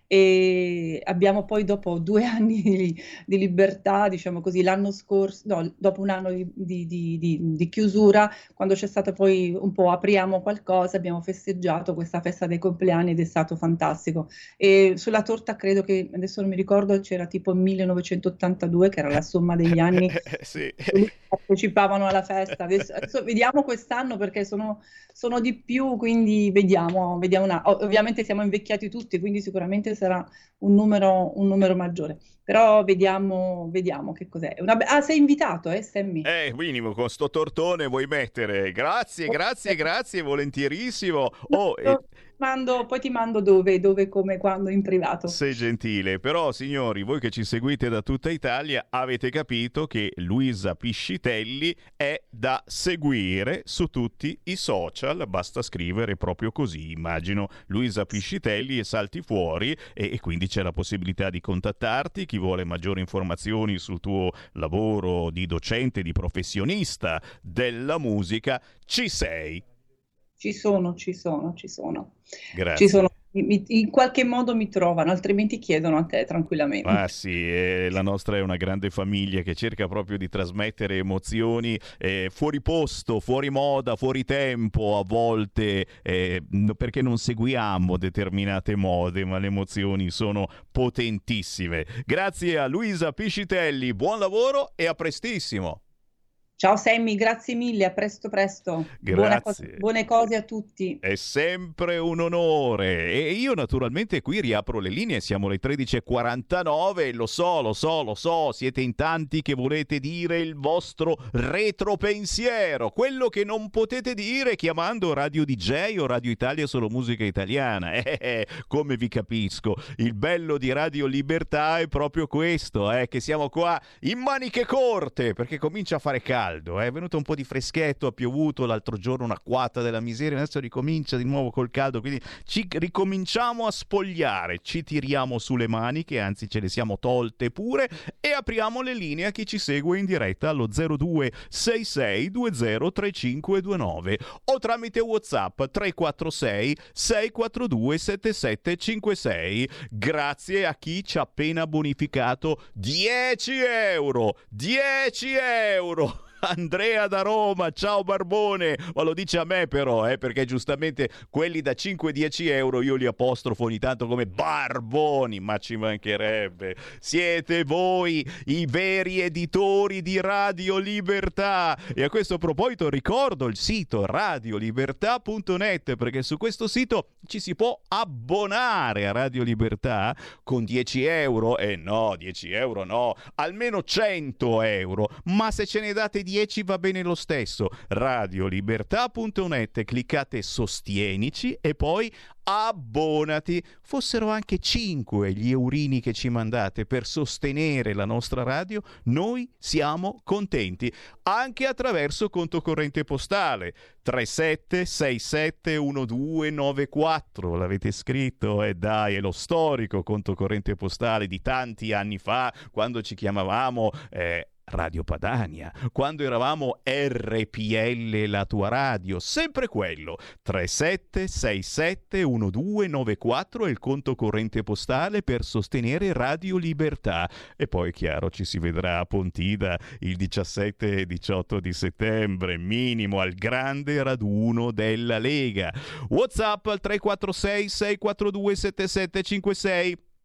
e abbiamo poi dopo due anni di, di libertà, diciamo così, l'anno scorso, no, dopo un anno di, di- di- di- di chiusura, quando c'è stato poi un po' apriamo qualcosa, abbiamo festeggiato questa festa dei compleanni ed è stato fantastico. E sulla torta credo che, adesso non mi ricordo, c'era tipo millenovecentottantadue, che era la somma degli anni Sì. che partecipavano alla festa. Adesso, adesso vediamo quest'anno perché sono, sono di più, quindi vediamo, vediamo una- ov- ovviamente siamo invecchiati tutti, quindi sicuramente sarà un numero, un numero maggiore. Però vediamo, vediamo che cos'è. Una be- ah, sei invitato, eh, Sammy? Eh, minimo, con sto tortone vuoi mettere? Grazie, grazie, grazie, volentierissimo. Oh, e- Mando- poi ti mando dove, dove, come, quando, in privato. sei gentile, però signori, voi che ci seguite da tutta Italia avete capito che Luisa Piscitelli è da seguire su tutti i social, basta scrivere proprio così, immagino Luisa Piscitelli e salti fuori e, e quindi c'è la possibilità di contattarti, chi vuole maggiori informazioni sul tuo lavoro di docente, di professionista della musica, ci sei. Ci sono, ci sono, ci sono. Grazie. Ci sono, mi- in qualche modo mi trovano, altrimenti chiedono a te tranquillamente. Ah sì, eh, la nostra è una grande famiglia che cerca proprio di trasmettere emozioni eh, fuori posto, fuori moda, fuori tempo a volte, eh, n- perché non seguiamo determinate mode, ma le emozioni sono potentissime. Grazie a Luisa Piscitelli, buon lavoro e a prestissimo. Ciao Sammy, grazie mille, a presto presto. Buona Grazie. cos- buone cose a tutti. È sempre un onore e io naturalmente qui riapro le linee, siamo alle tredici e quarantanove, lo so, lo so, lo so, siete in tanti che volete dire il vostro retropensiero, quello che non potete dire chiamando Radio D J o Radio Italia Solo Musica Italiana, eh, eh, come vi capisco, il bello di Radio Libertà è proprio questo, eh, che siamo qua in maniche corte perché comincia a fare caldo. È venuto un po' di freschetto, ha piovuto l'altro giorno un'acquata della miseria, adesso ricomincia di nuovo col caldo, quindi ci ricominciamo a spogliare, ci tiriamo sulle maniche, anzi ce le siamo tolte pure e apriamo le linee a chi ci segue in diretta allo zero due sei sei due zero tre cinque due nove o tramite WhatsApp tre quattro sei sei quattro due sette sette cinque sei. Grazie a chi ci ha appena bonificato dieci euro, dieci euro. Andrea da Roma, ciao Barbone, ma lo dice a me però, eh, perché giustamente quelli da cinque dieci euro io li apostrofo ogni tanto come Barboni, ma ci mancherebbe. Siete voi i veri editori di Radio Libertà e a questo proposito ricordo il sito radio libertà punto net perché su questo sito ci si può abbonare a Radio Libertà con dieci euro, e eh no, dieci euro no, almeno cento euro, ma se ce ne date dieci va bene lo stesso. radio libertà punto net, cliccate sostienici e poi abbonati. Fossero anche cinque gli eurini che ci mandate per sostenere la nostra radio, noi siamo contenti, anche attraverso conto corrente postale tre sette sei sette uno due nove quattro. L'avete scritto? E eh dai, è lo storico conto corrente postale di tanti anni fa, quando ci chiamavamo eh, Radio Padania, quando eravamo R P L la tua radio, sempre quello. Tre sette sei sette uno due nove quattro è il conto corrente postale per sostenere Radio Libertà. E poi chiaro ci si vedrà a Pontida il diciassette e diciotto di settembre, minimo al grande raduno della Lega. WhatsApp al tre quattro sei sei quattro due sette sette cinque sei.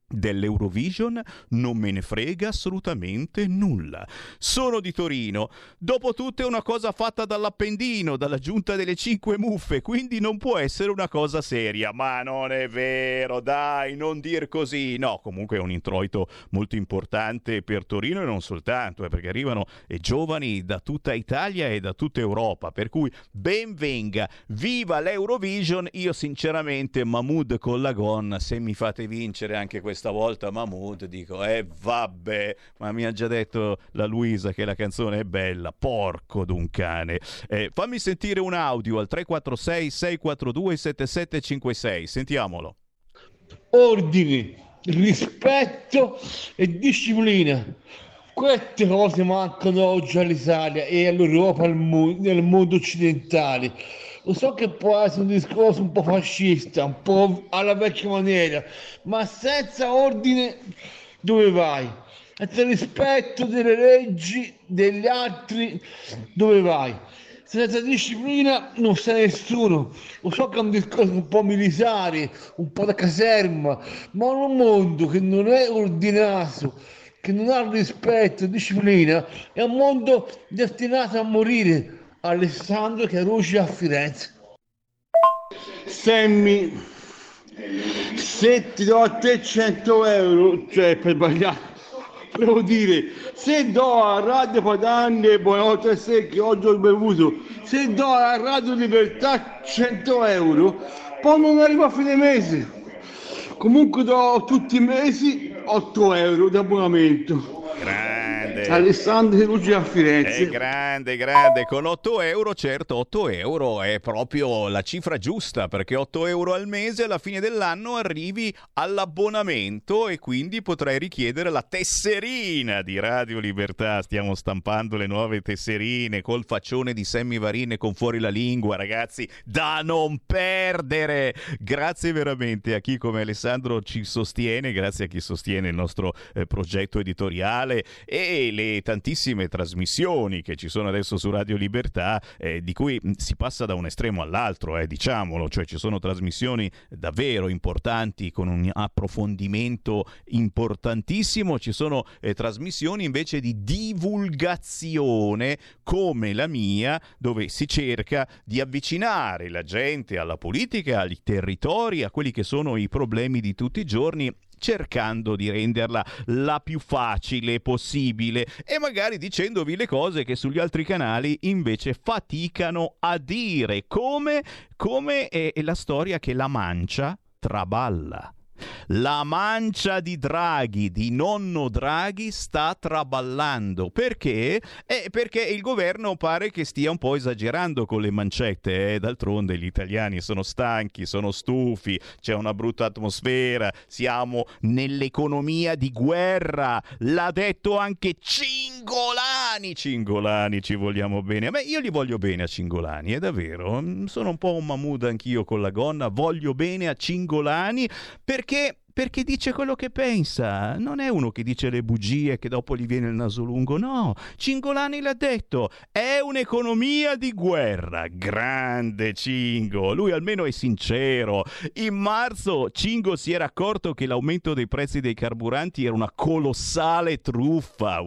Dell'Eurovision non me ne frega assolutamente nulla. Sono di Torino. Dopotutto è una cosa fatta dall'Appendino, dalla giunta delle cinque muffe, quindi non può essere una cosa seria. Ma non è vero, dai, non dir così. No, comunque è un introito molto importante per Torino e non soltanto, eh, perché arrivano eh, giovani da tutta Italia e da tutta Europa, per cui ben venga, viva l'Eurovision. Io sinceramente Mahmood con la gonna, se mi fate vincere anche questo stavolta Mahmood, dico, eh vabbè, ma mi ha già detto la Luisa che la canzone è bella, porco d'un cane. Eh, fammi sentire un audio al tre quattro sei sei quattro due sette sette cinque sei, sentiamolo. Ordine, rispetto e disciplina. Queste cose mancano oggi all'Italia e all'Europa, al mondo, nel mondo occidentale. Lo so che può essere un discorso un po' fascista, un po' alla vecchia maniera, ma senza ordine dove vai? Senza rispetto delle leggi degli altri dove vai? Senza disciplina non sei nessuno. Lo so che è un discorso un po' militare, un po' da caserma, ma un mondo che non è ordinato, che non ha rispetto e disciplina, è un mondo destinato a morire. Alessandro Carucci a Firenze. Sammy, se ti do a te cento euro, cioè per sbagliare, devo dire, se do a Radio Padania e buonanotte a sé che oggi ho bevuto, se do a Radio Libertà cento euro, poi non arrivo a fine mese. Comunque do tutti i mesi otto euro di abbonamento. Grande. Alessandro Carucci a Firenze. È grande, grande. Con otto euro, certo, otto euro è proprio la cifra giusta, perché otto euro al mese alla fine dell'anno arrivi all'abbonamento e quindi potrai richiedere la tesserina di Radio Libertà. Stiamo stampando le nuove tesserine col faccione di Sammy Varin e con fuori la lingua, ragazzi, da non perdere. Grazie veramente a chi come Alessandro ci sostiene, grazie a chi sostiene il nostro eh, progetto editoriale e le tantissime trasmissioni che ci sono adesso su Radio Libertà, eh, di cui si passa da un estremo all'altro, eh, diciamolo, cioè ci sono trasmissioni davvero importanti con un approfondimento importantissimo, ci sono eh, trasmissioni invece di divulgazione come la mia, dove si cerca di avvicinare la gente alla politica, ai territori, a quelli che sono i problemi di tutti i giorni, cercando di renderla la più facile possibile e magari dicendovi le cose che sugli altri canali invece faticano a dire, come, come è, è la storia che la mancia traballa. La mancia di Draghi, di nonno Draghi, sta traballando. Perché? Eh, perché il governo pare che stia un po' esagerando con le mancette. Eh? D'altronde gli italiani sono stanchi, sono stufi, c'è una brutta atmosfera, siamo nell'economia di guerra. L'ha detto anche Cingolani. Cingolani, ci vogliamo bene. A me, io gli voglio bene a Cingolani, è davvero. Sono un po' un Mahmood anch'io con la gonna, voglio bene a Cingolani perché Perché, perché dice quello che pensa, non è uno che dice le bugie che dopo gli viene il naso lungo, no, Cingolani l'ha detto, è un'economia di guerra, grande Cingo, lui almeno è sincero. In marzo Cingo si era accorto che l'aumento dei prezzi dei carburanti era una colossale truffa,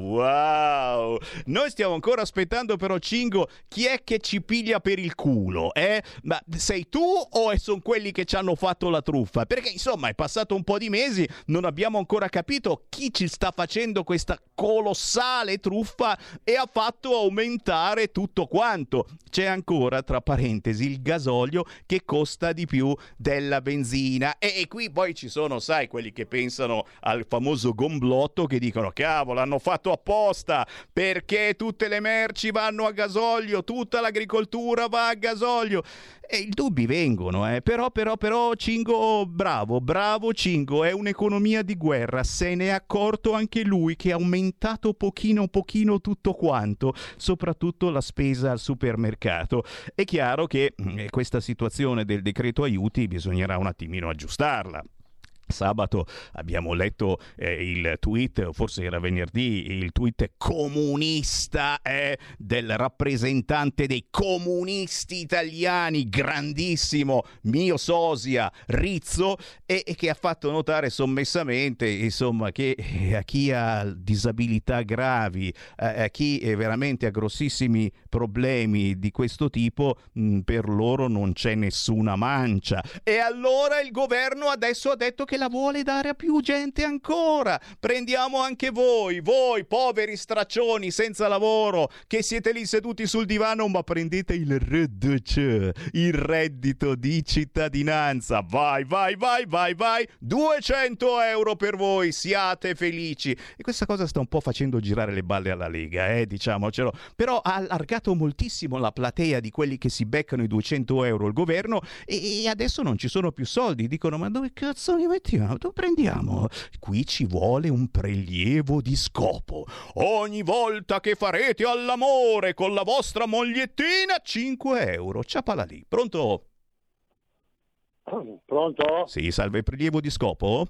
wow, noi stiamo ancora aspettando però Cingo, chi è che ci piglia per il culo, eh? Ma sei tu o sono quelli che ci hanno fatto la truffa? Perché insomma è passato un po' di mesi, non abbiamo ancora capito chi ci sta facendo questa colossale truffa e ha fatto aumentare tutto quanto. C'è ancora, tra parentesi, il gasolio che costa di più della benzina e, e qui poi ci sono, sai, quelli che pensano al famoso gomblotto che dicono cavolo, hanno fatto apposta perché tutte le merci vanno a gasolio, tutta l'agricoltura va a gasolio. E i dubbi vengono, eh. però, però, però, Cingo, bravo, bravo Cingo, è un'economia di guerra, se ne è accorto anche lui che ha aumentato pochino pochino tutto quanto, soprattutto la spesa al supermercato. È chiaro che eh, questa situazione del decreto aiuti bisognerà un attimino aggiustarla. Sabato abbiamo letto eh, il tweet, forse era venerdì, il tweet comunista eh, del rappresentante dei comunisti italiani, grandissimo mio sosia Rizzo, e, e che ha fatto notare sommessamente, insomma, che eh, a chi ha disabilità gravi, eh, a chi è veramente ha grossissimi problemi di questo tipo, mh, per loro non c'è nessuna mancia. E allora il governo adesso ha detto che la vuole dare a più gente ancora. Prendiamo anche voi, voi poveri straccioni senza lavoro, che siete lì seduti sul divano, ma prendete il R D C, il reddito di cittadinanza. Vai, vai, vai, vai, vai, duecento euro per voi, siate felici. E questa cosa sta un po' facendo girare le balle alla Lega, eh, diciamocelo. Però ha allargato moltissimo la platea di quelli che si beccano i duecento euro il governo, e, e adesso non ci sono più soldi. Dicono: ma dove cazzo li mettiamo? Dove prendiamo? Qui ci vuole un prelievo di scopo. Ogni volta che farete all'amore con la vostra mogliettina, cinque euro. Ciapala lì. Pronto? Pronto? Sì, salve, prelievo di scopo?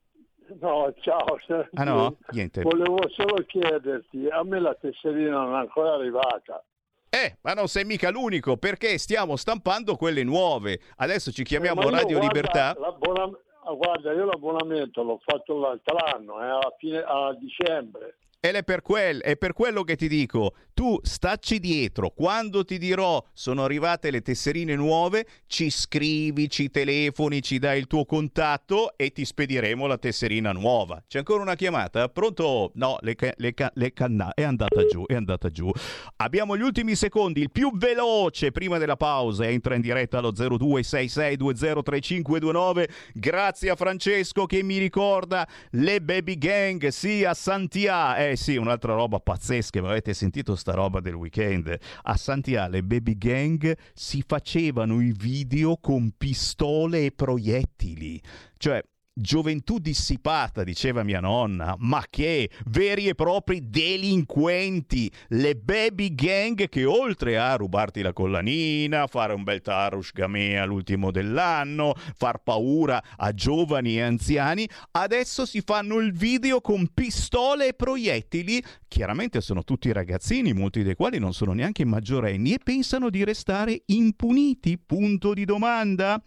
No, ciao. Ah no? Niente. Volevo solo chiederti, a me la tesserina non è ancora arrivata. Eh, ma non sei mica l'unico, perché stiamo stampando quelle nuove. Adesso ci chiamiamo eh, Radio guarda, Libertà. Guarda, io l'abbonamento l'ho fatto l'altro anno, eh, a, fine, a dicembre. Ed è per, quel, è per quello che ti dico, tu stacci dietro, quando ti dirò sono arrivate le tesserine nuove, ci scrivi, ci telefoni, ci dai il tuo contatto e ti spediremo la tesserina nuova. C'è ancora una chiamata? Pronto? No, le, le, le canna è andata giù, è andata giù. Abbiamo gli ultimi secondi, il più veloce prima della pausa, entra in diretta allo zero due sei sei due zero tre cinque due nove. Grazie a Francesco che mi ricorda le Baby Gang, sì, a Santià. Eh sì, un'altra roba pazzesca, ma avete sentito sta roba del weekend? A Santià le Baby Gang si facevano i video con pistole e proiettili, cioè gioventù dissipata, diceva mia nonna, ma che veri e propri delinquenti, le Baby Gang, che oltre a rubarti la collanina, fare un bel tarush gamè all'ultimo dell'anno, far paura a giovani e anziani, adesso si fanno il video con pistole e proiettili. Chiaramente sono tutti ragazzini, molti dei quali non sono neanche maggiorenni, e pensano di restare impuniti? Punto di domanda.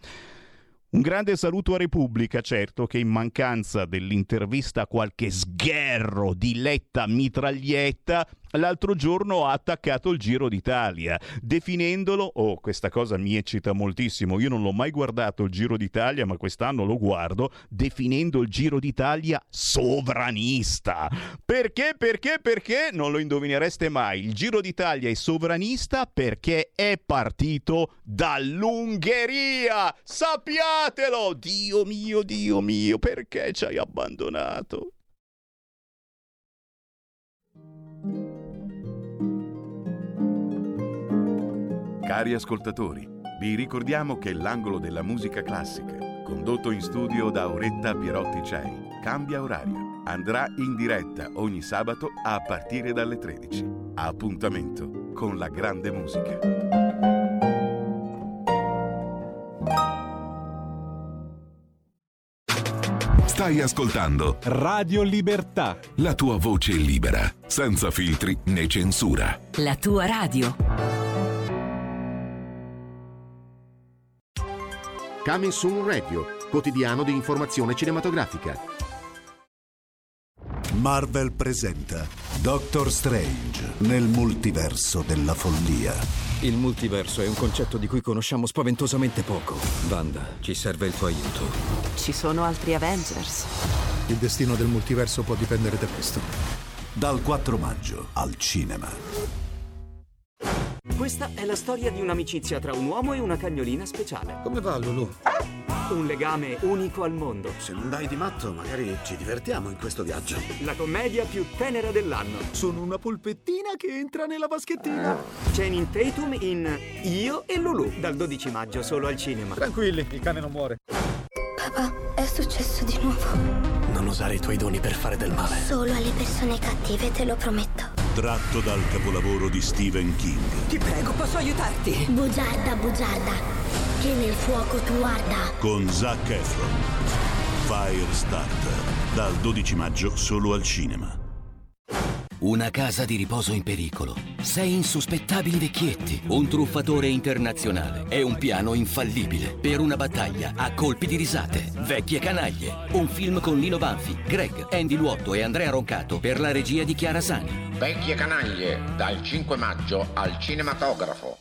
Un grande saluto a Repubblica, certo, che in mancanza dell'intervista a qualche sgherro di Letta mitraglietta, l'altro giorno ha attaccato il Giro d'Italia, definendolo, oh, questa cosa mi eccita moltissimo, io non l'ho mai guardato il Giro d'Italia, ma quest'anno lo guardo, definendo il Giro d'Italia sovranista. Perché, perché, perché? Non lo indovinereste mai. Il Giro d'Italia è sovranista perché è partito dall'Ungheria. Sappiatelo! Dio mio, Dio mio, perché ci hai abbandonato? Cari ascoltatori, vi ricordiamo che l'angolo della musica classica, condotto in studio da Auretta Pierotti Cei, cambia orario. Andrà in diretta ogni sabato a partire dalle tredici. Appuntamento con la grande musica. Stai ascoltando Radio Libertà, la tua voce libera, senza filtri né censura. La tua radio. Coming Soon Radio, quotidiano di informazione cinematografica. Marvel presenta Doctor Strange nel multiverso della follia. Il multiverso è un concetto di cui conosciamo spaventosamente poco. Wanda, ci serve il tuo aiuto. Ci sono altri Avengers. Il destino del multiverso può dipendere da questo. Dal quattro maggio al cinema. Questa è la storia di un'amicizia tra un uomo e una cagnolina speciale. Come va, Lulu? Un legame unico al mondo. Se non dai di matto, magari ci divertiamo in questo viaggio. La commedia più tenera dell'anno. Sono una polpettina che entra nella vaschettina. Channing Tatum in Io e Lulu, dal dodici maggio solo al cinema. Tranquilli, il cane non muore. Papà, è successo di nuovo. Non usare i tuoi doni per fare del male. Solo alle persone cattive, te lo prometto. Tratto dal capolavoro di Stephen King. Ti prego, posso aiutarti? Bugiarda, bugiarda, che nel fuoco tu arda. Con Zac Efron. Firestarter, dal dodici maggio solo al cinema. Una casa di riposo in pericolo, sei insospettabili vecchietti, un truffatore internazionale e un piano infallibile per una battaglia a colpi di risate. Vecchie canaglie, un film con Lino Banfi, Greg, Andy Luotto e Andrea Roncato per la regia di Chiara Sani. Vecchie canaglie, dal cinque maggio al cinematografo.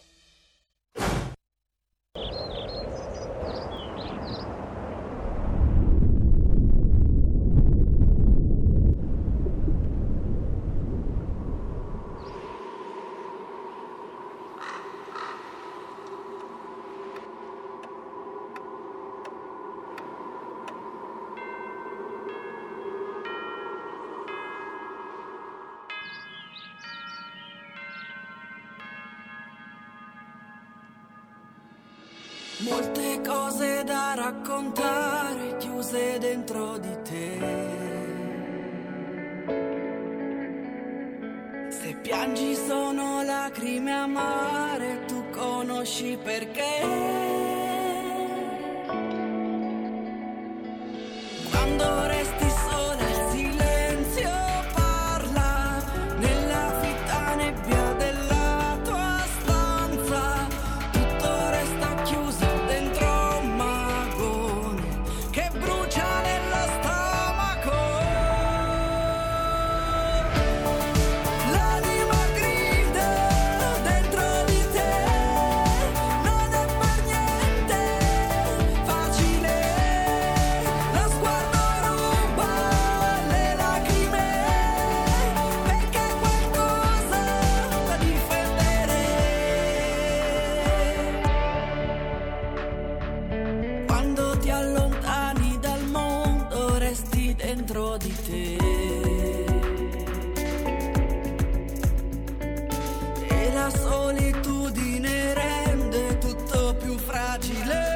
Molte cose da raccontare chiuse dentro di te. Se piangi sono lacrime amare, tu conosci perché. Quando resti sola il silenzio parla nella fitta nebbia della tua stanza. Tutto resta chiuso dentro un magone che brucia nello stomaco. L'anima grida dentro di te, non è per niente facile. Lo sguardo ruba le lacrime perché è qualcosa da difendere. Quando ti allontani dal mondo resti dentro di te e la solitudine rende tutto più fragile.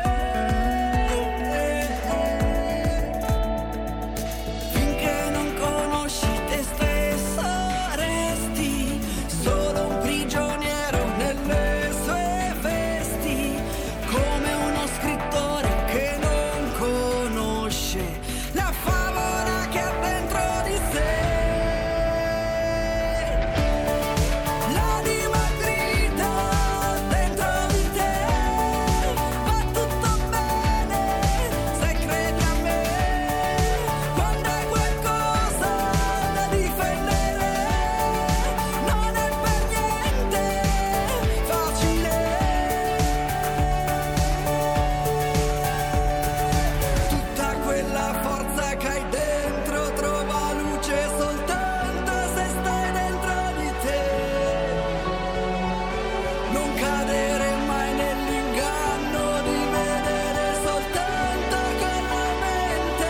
Finché non conosci te stesso resti solo un prigioniero nelle sue vesti, come uno scrittore che non conosce la favola che ha dentro di sé. L'anima grida dentro di te, va tutto bene se credi a me. Quando hai qualcosa da difendere, non è per niente facile. Tutta quella forza che hai dentro trova luce soltanto se stai dentro di te. Non cadere mai nell'inganno di vedere soltanto con la mente.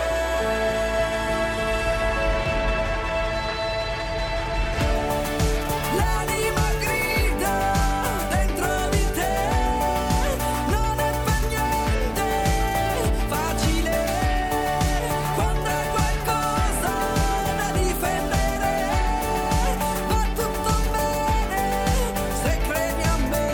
L'anima grida dentro di te, non è per niente facile. Quando hai qualcosa da difendere, va tutto bene se credi a me.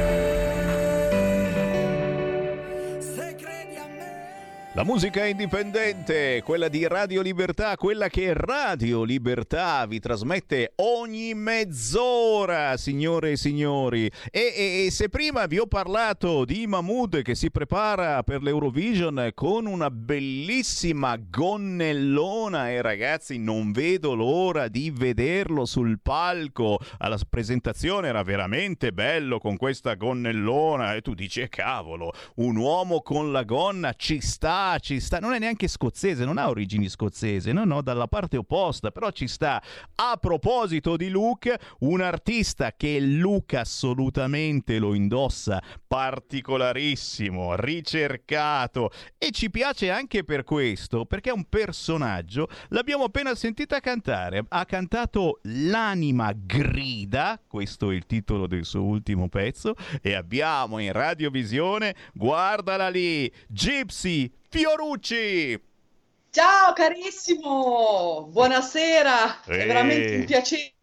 Se credi a me. La musica indipendente, quella di Radio Libertà, quella che Radio Libertà vi trasmette ogni mezz'ora, signore e signori. E, e- e se prima vi ho parlato di Mahmood che si prepara per l'Eurovision con una bellissima gonnellona, e ragazzi non vedo l'ora di vederlo sul palco. Alla presentazione era veramente bello con questa gonnellona e tu dici "Eh, cavolo, un uomo con la gonna ci sta, ci sta". Non è neanche scozzese, non ha origini scozzese, no no, dalla parte opposta, però ci sta. A proposito di look, un artista che il look assolutamente lo indossa, particolarissimo, ricercato, e ci piace anche per questo, perché è un personaggio. L'abbiamo appena sentita cantare, ha cantato "L'anima grida", questo è il titolo del suo ultimo pezzo, e abbiamo in radiovisione, guardala lì, Gypsy Fiorucci. Ciao carissimo, buonasera, è Eh. veramente un piacere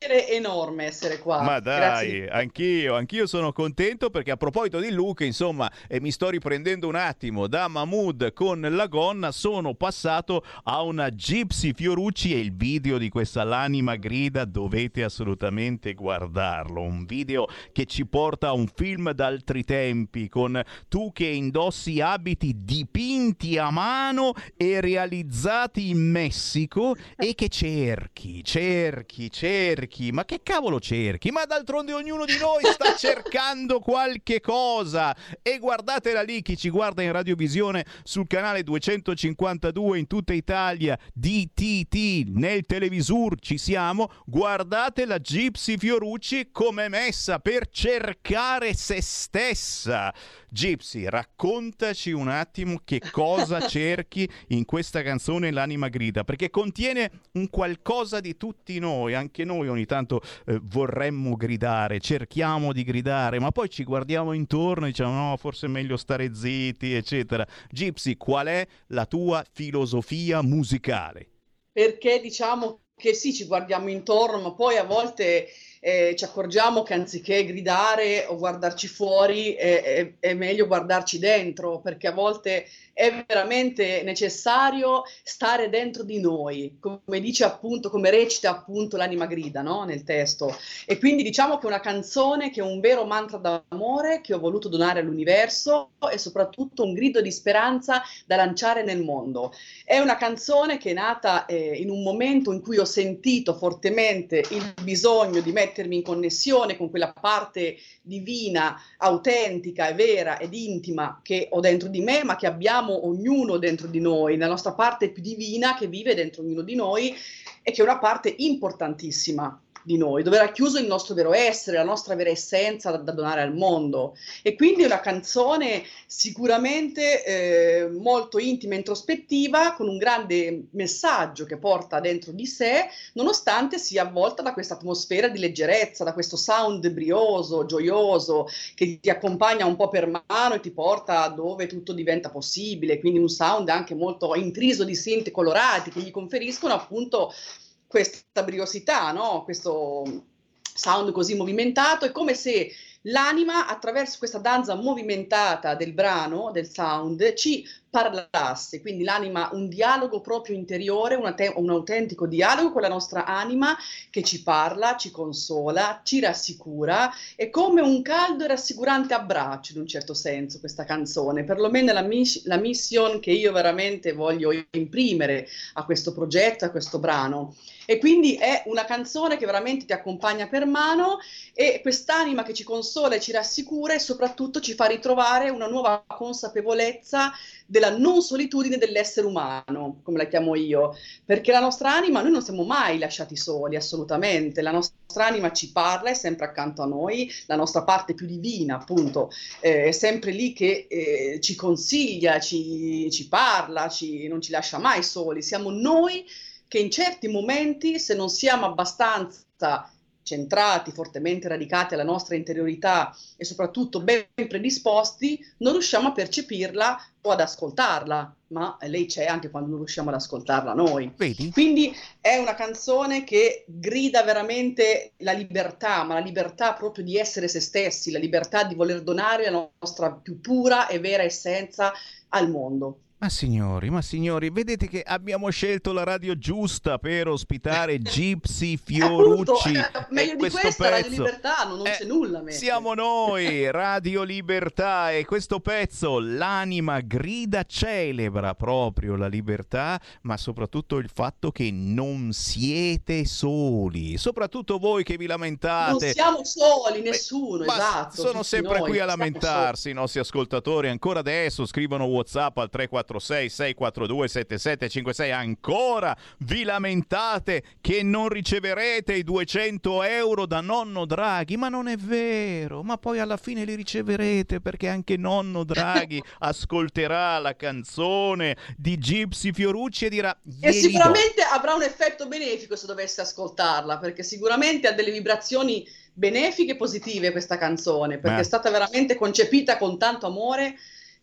enorme essere qua. Ma dai, Grazie. anch'io, anch'io sono contento perché a proposito di Luca, insomma, e mi sto riprendendo un attimo da Mahmood con la gonna, sono passato a una Gypsy Fiorucci e il video di questa L'anima grida dovete assolutamente guardarlo, un video che ci porta a un film d'altri tempi con tu che indossi abiti dipinti a mano e realizzati in Messico e che cerchi, cerchi, cerchi ma che cavolo cerchi? Ma d'altronde ognuno di noi sta cercando qualche cosa. E guardatela lì, chi ci guarda in radiovisione sul canale duecentocinquantadue in tutta Italia, D T T, nel televisur ci siamo, guardate la Gypsy Fiorucci come messa per cercare se stessa. Gypsy, raccontaci un attimo che cosa cerchi in questa canzone L'anima grida, perché contiene un qualcosa di tutti noi, anche noi ogni tanto eh, vorremmo gridare, cerchiamo di gridare, ma poi ci guardiamo intorno e diciamo no, forse è meglio stare zitti, eccetera. Gypsy, qual è la tua filosofia musicale? Perché diciamo che sì, ci guardiamo intorno, ma poi a volte eh, ci accorgiamo che anziché gridare o guardarci fuori è, è, è meglio guardarci dentro, perché a volte è veramente necessario stare dentro di noi, come dice appunto, come recita appunto L'anima grida, no? Nel testo. E quindi diciamo che è una canzone che è un vero mantra d'amore che ho voluto donare all'universo e soprattutto un grido di speranza da lanciare nel mondo. È una canzone che è nata eh, in un momento in cui ho sentito fortemente il bisogno di mettermi in connessione con quella parte divina, autentica e vera ed intima che ho dentro di me, ma che abbiamo ognuno dentro di noi, la nostra parte più divina che vive dentro ognuno di noi e che è una parte importantissima di noi, dove è racchiuso il nostro vero essere, la nostra vera essenza da, da donare al mondo. E quindi è una canzone sicuramente eh, molto intima e introspettiva, con un grande messaggio che porta dentro di sé, nonostante sia avvolta da questa atmosfera di leggerezza, da questo sound brioso, gioioso, che ti accompagna un po' per mano e ti porta dove tutto diventa possibile, quindi un sound anche molto intriso di synth colorati che gli conferiscono appunto questa briosità, no? Questo sound così movimentato. È come se l'anima, attraverso questa danza movimentata del brano, del sound, ci parlasse, quindi l'anima, un dialogo proprio interiore, una te- un autentico dialogo con la nostra anima che ci parla, ci consola, ci rassicura. È come un caldo e rassicurante abbraccio, in un certo senso, questa canzone, perlomeno la, mis- la mission che io veramente voglio imprimere a questo progetto, a questo brano. E quindi è una canzone che veramente ti accompagna per mano, e quest'anima che ci consola e ci rassicura e soprattutto ci fa ritrovare una nuova consapevolezza della non solitudine dell'essere umano, come la chiamo io, perché la nostra anima, noi non siamo mai lasciati soli, assolutamente, la nostra anima ci parla, è sempre accanto a noi, la nostra parte più divina, appunto, eh, è sempre lì che eh, ci consiglia, ci, ci parla, ci, non ci lascia mai soli, siamo noi che in certi momenti, se non siamo abbastanza centrati, fortemente radicati alla nostra interiorità e soprattutto ben predisposti, non riusciamo a percepirla o ad ascoltarla, ma lei c'è anche quando non riusciamo ad ascoltarla noi. Vedi? Quindi è una canzone che grida veramente la libertà, ma la libertà proprio di essere se stessi, la libertà di voler donare la nostra più pura e vera essenza al mondo. Ma signori, ma signori, vedete che abbiamo scelto la radio giusta per ospitare Gypsy Fiorucci. Appunto, eh, meglio di questa, Radio Libertà, non, non eh, c'è nulla. Mette. Siamo noi, Radio Libertà, e questo pezzo, L'anima grida, celebra proprio la libertà, ma soprattutto il fatto che non siete soli, soprattutto voi che vi lamentate. Non siamo soli, nessuno, eh, esatto. Sono sempre noi, qui a lamentarsi i nostri ascoltatori, ancora adesso scrivono WhatsApp al tre quattro sei sei quattro due sette sette cinque sei. Ancora vi lamentate che non riceverete i duecento euro da nonno Draghi, ma non è vero, ma poi alla fine li riceverete, perché anche nonno Draghi ascolterà la canzone di Gypsy Fiorucci e dirà e sicuramente do. avrà un effetto benefico se dovesse ascoltarla, perché sicuramente ha delle vibrazioni benefiche e positive questa canzone, perché eh. è stata veramente concepita con tanto amore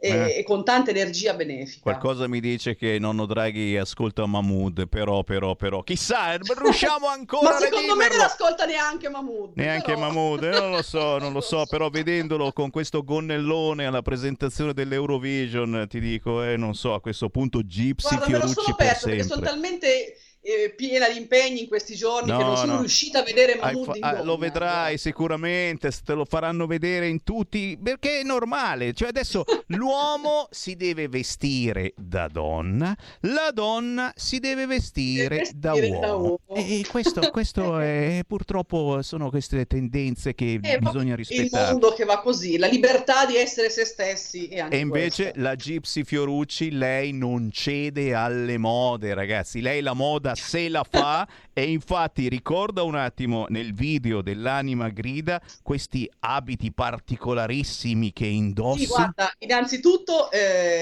e, Eh. e con tanta energia benefica. Qualcosa mi dice che nonno Draghi ascolta Mahmood, però, però, però, chissà, riusciamo ancora Ma a secondo me non redimerlo. ascolta neanche Mahmood. Neanche però... Mahmood, eh, non lo so, non lo so, però vedendolo con questo gonnellone alla presentazione dell'Eurovision, ti dico, eh, non so, a questo punto Gypsy Guarda, me lo Fiorucci sono per perso perché sono sempre. talmente eh, piena di impegni in questi giorni No, che non sono no. riuscita a vedere Hai Mahmood fa- in ah, donna. lo vedrai sicuramente, te lo faranno vedere in tutti, perché è normale, cioè adesso l'uomo si deve vestire da donna, la donna si deve vestire, Vestire da da uomo, uomo. e questo, questo è, purtroppo sono queste tendenze che Eh, ma bisogna il rispettare. mondo che va così, la libertà di essere se stessi e anche E invece questo. la Gypsy Fiorucci, lei non cede alle mode, ragazzi. Lei la moda se la fa e infatti ricorda un attimo nel video dell'Anima Grida questi abiti particolarissimi che indossi. Sì, guarda, innanzitutto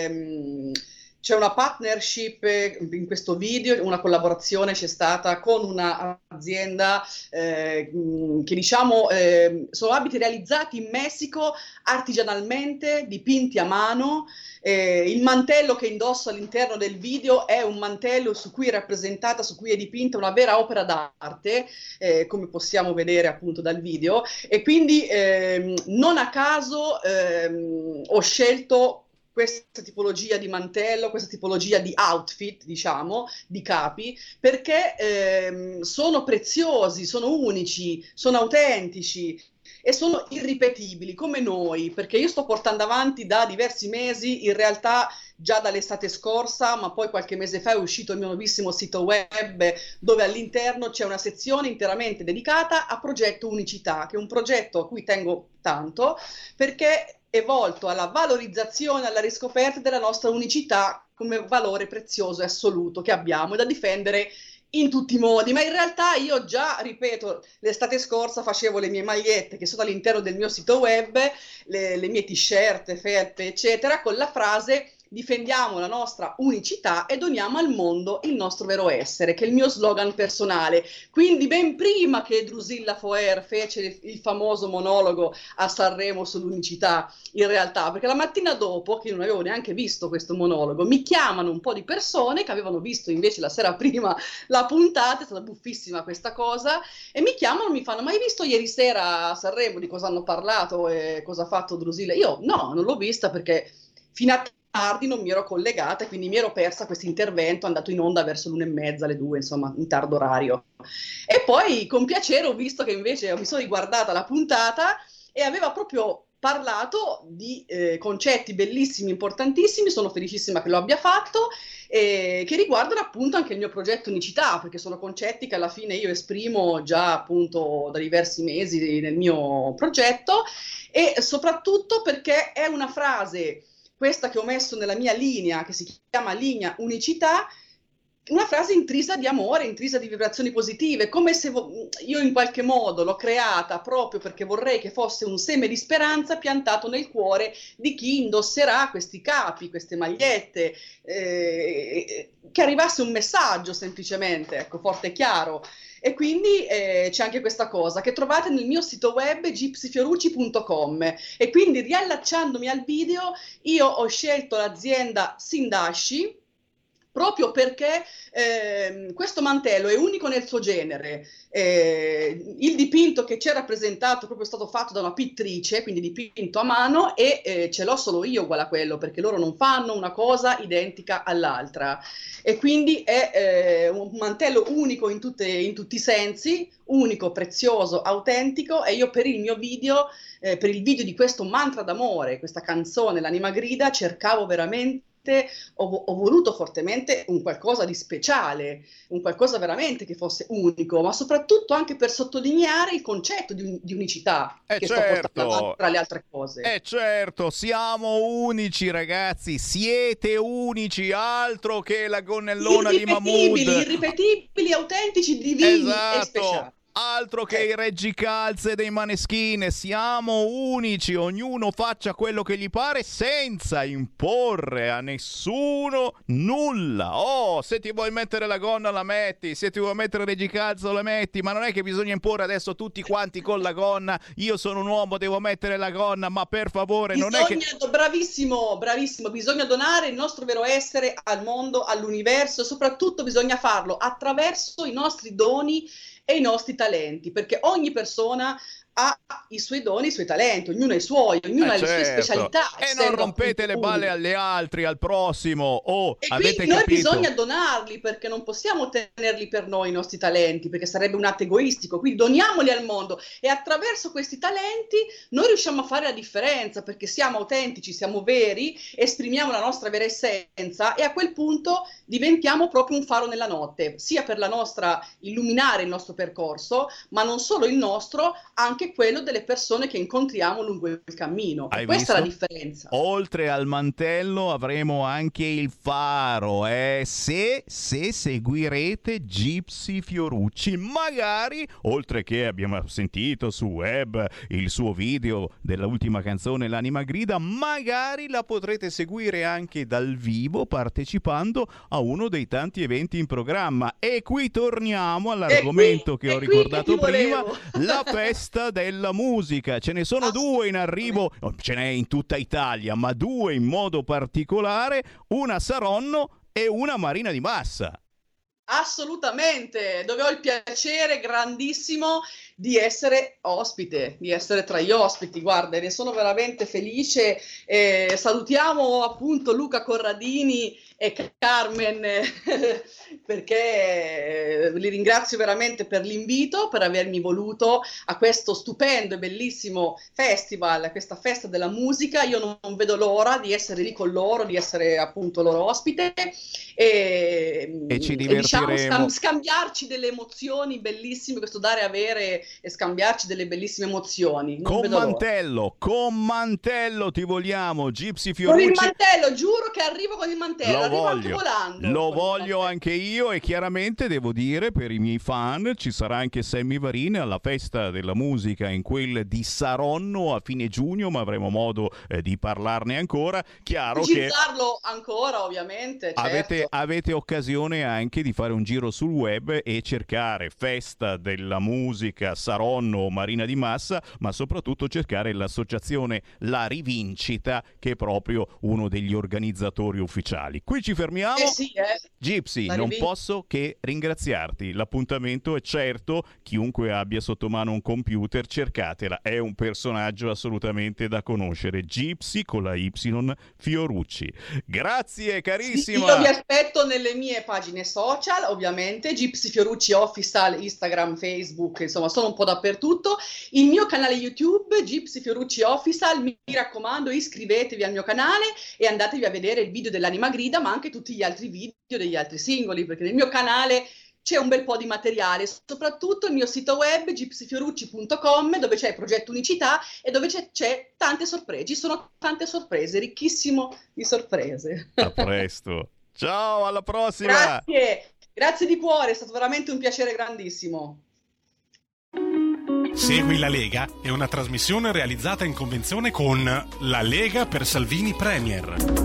ehm, c'è una partnership eh, in questo video, una collaborazione c'è stata con un'azienda eh, mh, che diciamo eh, sono abiti realizzati in Messico artigianalmente, dipinti a mano. Eh, il mantello che indosso all'interno del video è un mantello su cui è rappresentata, su cui è dipinta una vera opera d'arte, eh, come possiamo vedere appunto dal video, e quindi ehm, non a caso ehm, ho scelto questa tipologia di mantello, questa tipologia di outfit, diciamo, di capi, perché ehm, sono preziosi, sono unici, sono autentici e sono irripetibili come noi, perché io sto portando avanti da diversi mesi, in realtà già dall'estate scorsa, ma poi qualche mese fa è uscito il mio nuovissimo sito web dove all'interno c'è una sezione interamente dedicata a Progetto Unicità, che è un progetto a cui tengo tanto perché è volto alla valorizzazione, alla riscoperta della nostra unicità come valore prezioso e assoluto che abbiamo e da difendere in tutti i modi. Ma in realtà io già, ripeto, l'estate scorsa facevo le mie magliette che sono all'interno del mio sito web, le, le mie t-shirt, felpe, eccetera, con la frase difendiamo la nostra unicità e doniamo al mondo il nostro vero essere, che è il mio slogan personale. Quindi ben prima che Drusilla Foer fece il, il famoso monologo a Sanremo sull'unicità, in realtà, perché la mattina dopo, che non avevo neanche visto questo monologo, mi chiamano un po' di persone che avevano visto invece la sera prima la puntata, è stata buffissima questa cosa, e mi chiamano, mi fanno: ma hai visto ieri sera a Sanremo di cosa hanno parlato e cosa ha fatto Drusilla? Io no, non l'ho vista perché fino a tardi non mi ero collegata, quindi mi ero persa questo intervento andato in onda verso l'una e mezza, alle due, insomma, in tardo orario. E poi con piacere ho visto che invece mi sono riguardata la puntata e aveva proprio parlato di eh, concetti bellissimi, importantissimi, sono felicissima che lo abbia fatto, eh, che riguardano appunto anche il mio progetto Unicità, perché sono concetti che alla fine io esprimo già appunto da diversi mesi nel mio progetto, e soprattutto perché è una frase, questa che ho messo nella mia linea, che si chiama linea unicità, una frase intrisa di amore, intrisa di vibrazioni positive, come se vo- io in qualche modo l'ho creata proprio perché vorrei che fosse un seme di speranza piantato nel cuore di chi indosserà questi capi, queste magliette, eh, che arrivasse un messaggio semplicemente, ecco, forte e chiaro. E quindi eh, c'è anche questa cosa che trovate nel mio sito web gypsy fiorucci punto com, e quindi riallacciandomi al video io ho scelto l'azienda Sindashi proprio perché eh, questo mantello è unico nel suo genere. Eh, il dipinto che c'è rappresentato è proprio stato fatto da una pittrice, quindi dipinto a mano, e eh, ce l'ho solo io uguale a quello, perché loro non fanno una cosa identica all'altra, e quindi è eh, un mantello unico in, tutte, in tutti i sensi, unico, prezioso, autentico, e io per il mio video, eh, per il video di questo mantra d'amore, questa canzone, l'Anima Grida, cercavo veramente, Ho, ho voluto fortemente un qualcosa di speciale, un qualcosa veramente che fosse unico, ma soprattutto anche per sottolineare il concetto di, un, di unicità eh che certo. sto portando avanti tra le altre cose. Eh certo, siamo unici ragazzi, siete unici, altro che la gonnellona di Mahmood. Irripetibili, irripetibili, autentici, divini esatto. e speciali. altro che i reggicalze dei Maneskin, siamo unici, ognuno faccia quello che gli pare senza imporre a nessuno nulla. Oh, se ti vuoi mettere la gonna la metti, se ti vuoi mettere il reggicalzo la metti, ma non è che bisogna imporre adesso tutti quanti con la gonna. Io sono un uomo, devo mettere la gonna, ma per favore non bisogna, è che... Bravissimo, bravissimo, bisogna donare il nostro vero essere al mondo, all'universo, e soprattutto bisogna farlo attraverso i nostri doni e i nostri talenti, perché ogni persona ha i suoi doni, i suoi talenti, ognuno ha i suoi, ognuno eh ha certo. le sue specialità. E non rompete le balle unico. agli altri, al prossimo. Oh, e avete quindi noi capito? Bisogna donarli, perché non possiamo tenerli per noi i nostri talenti, perché sarebbe un atto egoistico, quindi doniamoli al mondo e attraverso questi talenti noi riusciamo a fare la differenza, perché siamo autentici, siamo veri, esprimiamo la nostra vera essenza e a quel punto diventiamo proprio un faro nella notte, sia per la nostra illuminare il nostro percorso, ma non solo il nostro, anche quello delle persone che incontriamo lungo il cammino. Hai Questa visto? è la differenza. Oltre al mantello avremo anche il faro, eh? se, se seguirete Gypsy Fiorucci, magari, oltre che abbiamo sentito su web il suo video dell'ultima canzone L'anima grida, magari la potrete seguire anche dal vivo partecipando a uno dei tanti eventi in programma. E qui torniamo all'argomento qui, che ho ricordato che prima, la festa della musica. Ce ne sono due in arrivo, ce n'è in tutta Italia, ma due in modo particolare, una a Saronno e una a Marina di Massa. Assolutamente, dove ho il piacere grandissimo di essere ospite, di essere tra gli ospiti. Guarda, ne sono veramente felice. Eh, salutiamo appunto Luca Corradini e Carmen perché li ringrazio veramente per l'invito, per avermi voluto a questo stupendo e bellissimo festival, a questa festa della musica. Io non, non vedo l'ora di essere lì con loro, di essere appunto loro ospite e, e ci divertiremo. E diciamo scam- scambiarci delle emozioni bellissime, questo dare e avere e scambiarci delle bellissime emozioni. Non con mantello, con mantello ti vogliamo, Gypsy Fiorucci. Con il mantello, giuro che arrivo con il mantello. Lo voglio, volando, lo voglio anche io, e chiaramente devo dire, per i miei fan ci sarà anche Sammy Varin alla festa della musica in quel di Saronno a fine giugno, ma avremo modo eh, di parlarne ancora. Chiaro che ancora ovviamente, certo. avete, avete occasione anche di fare un giro sul web e cercare festa della musica Saronno o Marina di Massa, ma soprattutto cercare l'associazione La Rivincita, che è proprio uno degli organizzatori ufficiali. Qui ci fermiamo. Eh sì, eh. Gypsy, non posso che ringraziarti. L'appuntamento è certo, chiunque abbia sotto mano un computer, cercatela, è un personaggio assolutamente da conoscere. Gypsy con la Y Fiorucci. Grazie carissima. Sì, io vi aspetto nelle mie pagine social, ovviamente, Gypsy Fiorucci Official, Instagram, Facebook, insomma sono un po' dappertutto. Il mio canale YouTube, Gypsy Fiorucci Official, mi raccomando iscrivetevi al mio canale e andatevi a vedere il video dell'anima grida, ma anche tutti gli altri video degli altri singoli, perché nel mio canale c'è un bel po' di materiale, soprattutto il mio sito web gypsy fiorucci punto com, dove c'è il progetto Unicità e dove c'è, c'è tante sorprese, ci sono tante sorprese, ricchissimo di sorprese. A presto, ciao, alla prossima. Grazie, grazie di cuore, è stato veramente un piacere grandissimo. Segui la Lega è una trasmissione realizzata in convenzione con La Lega per Salvini Premier.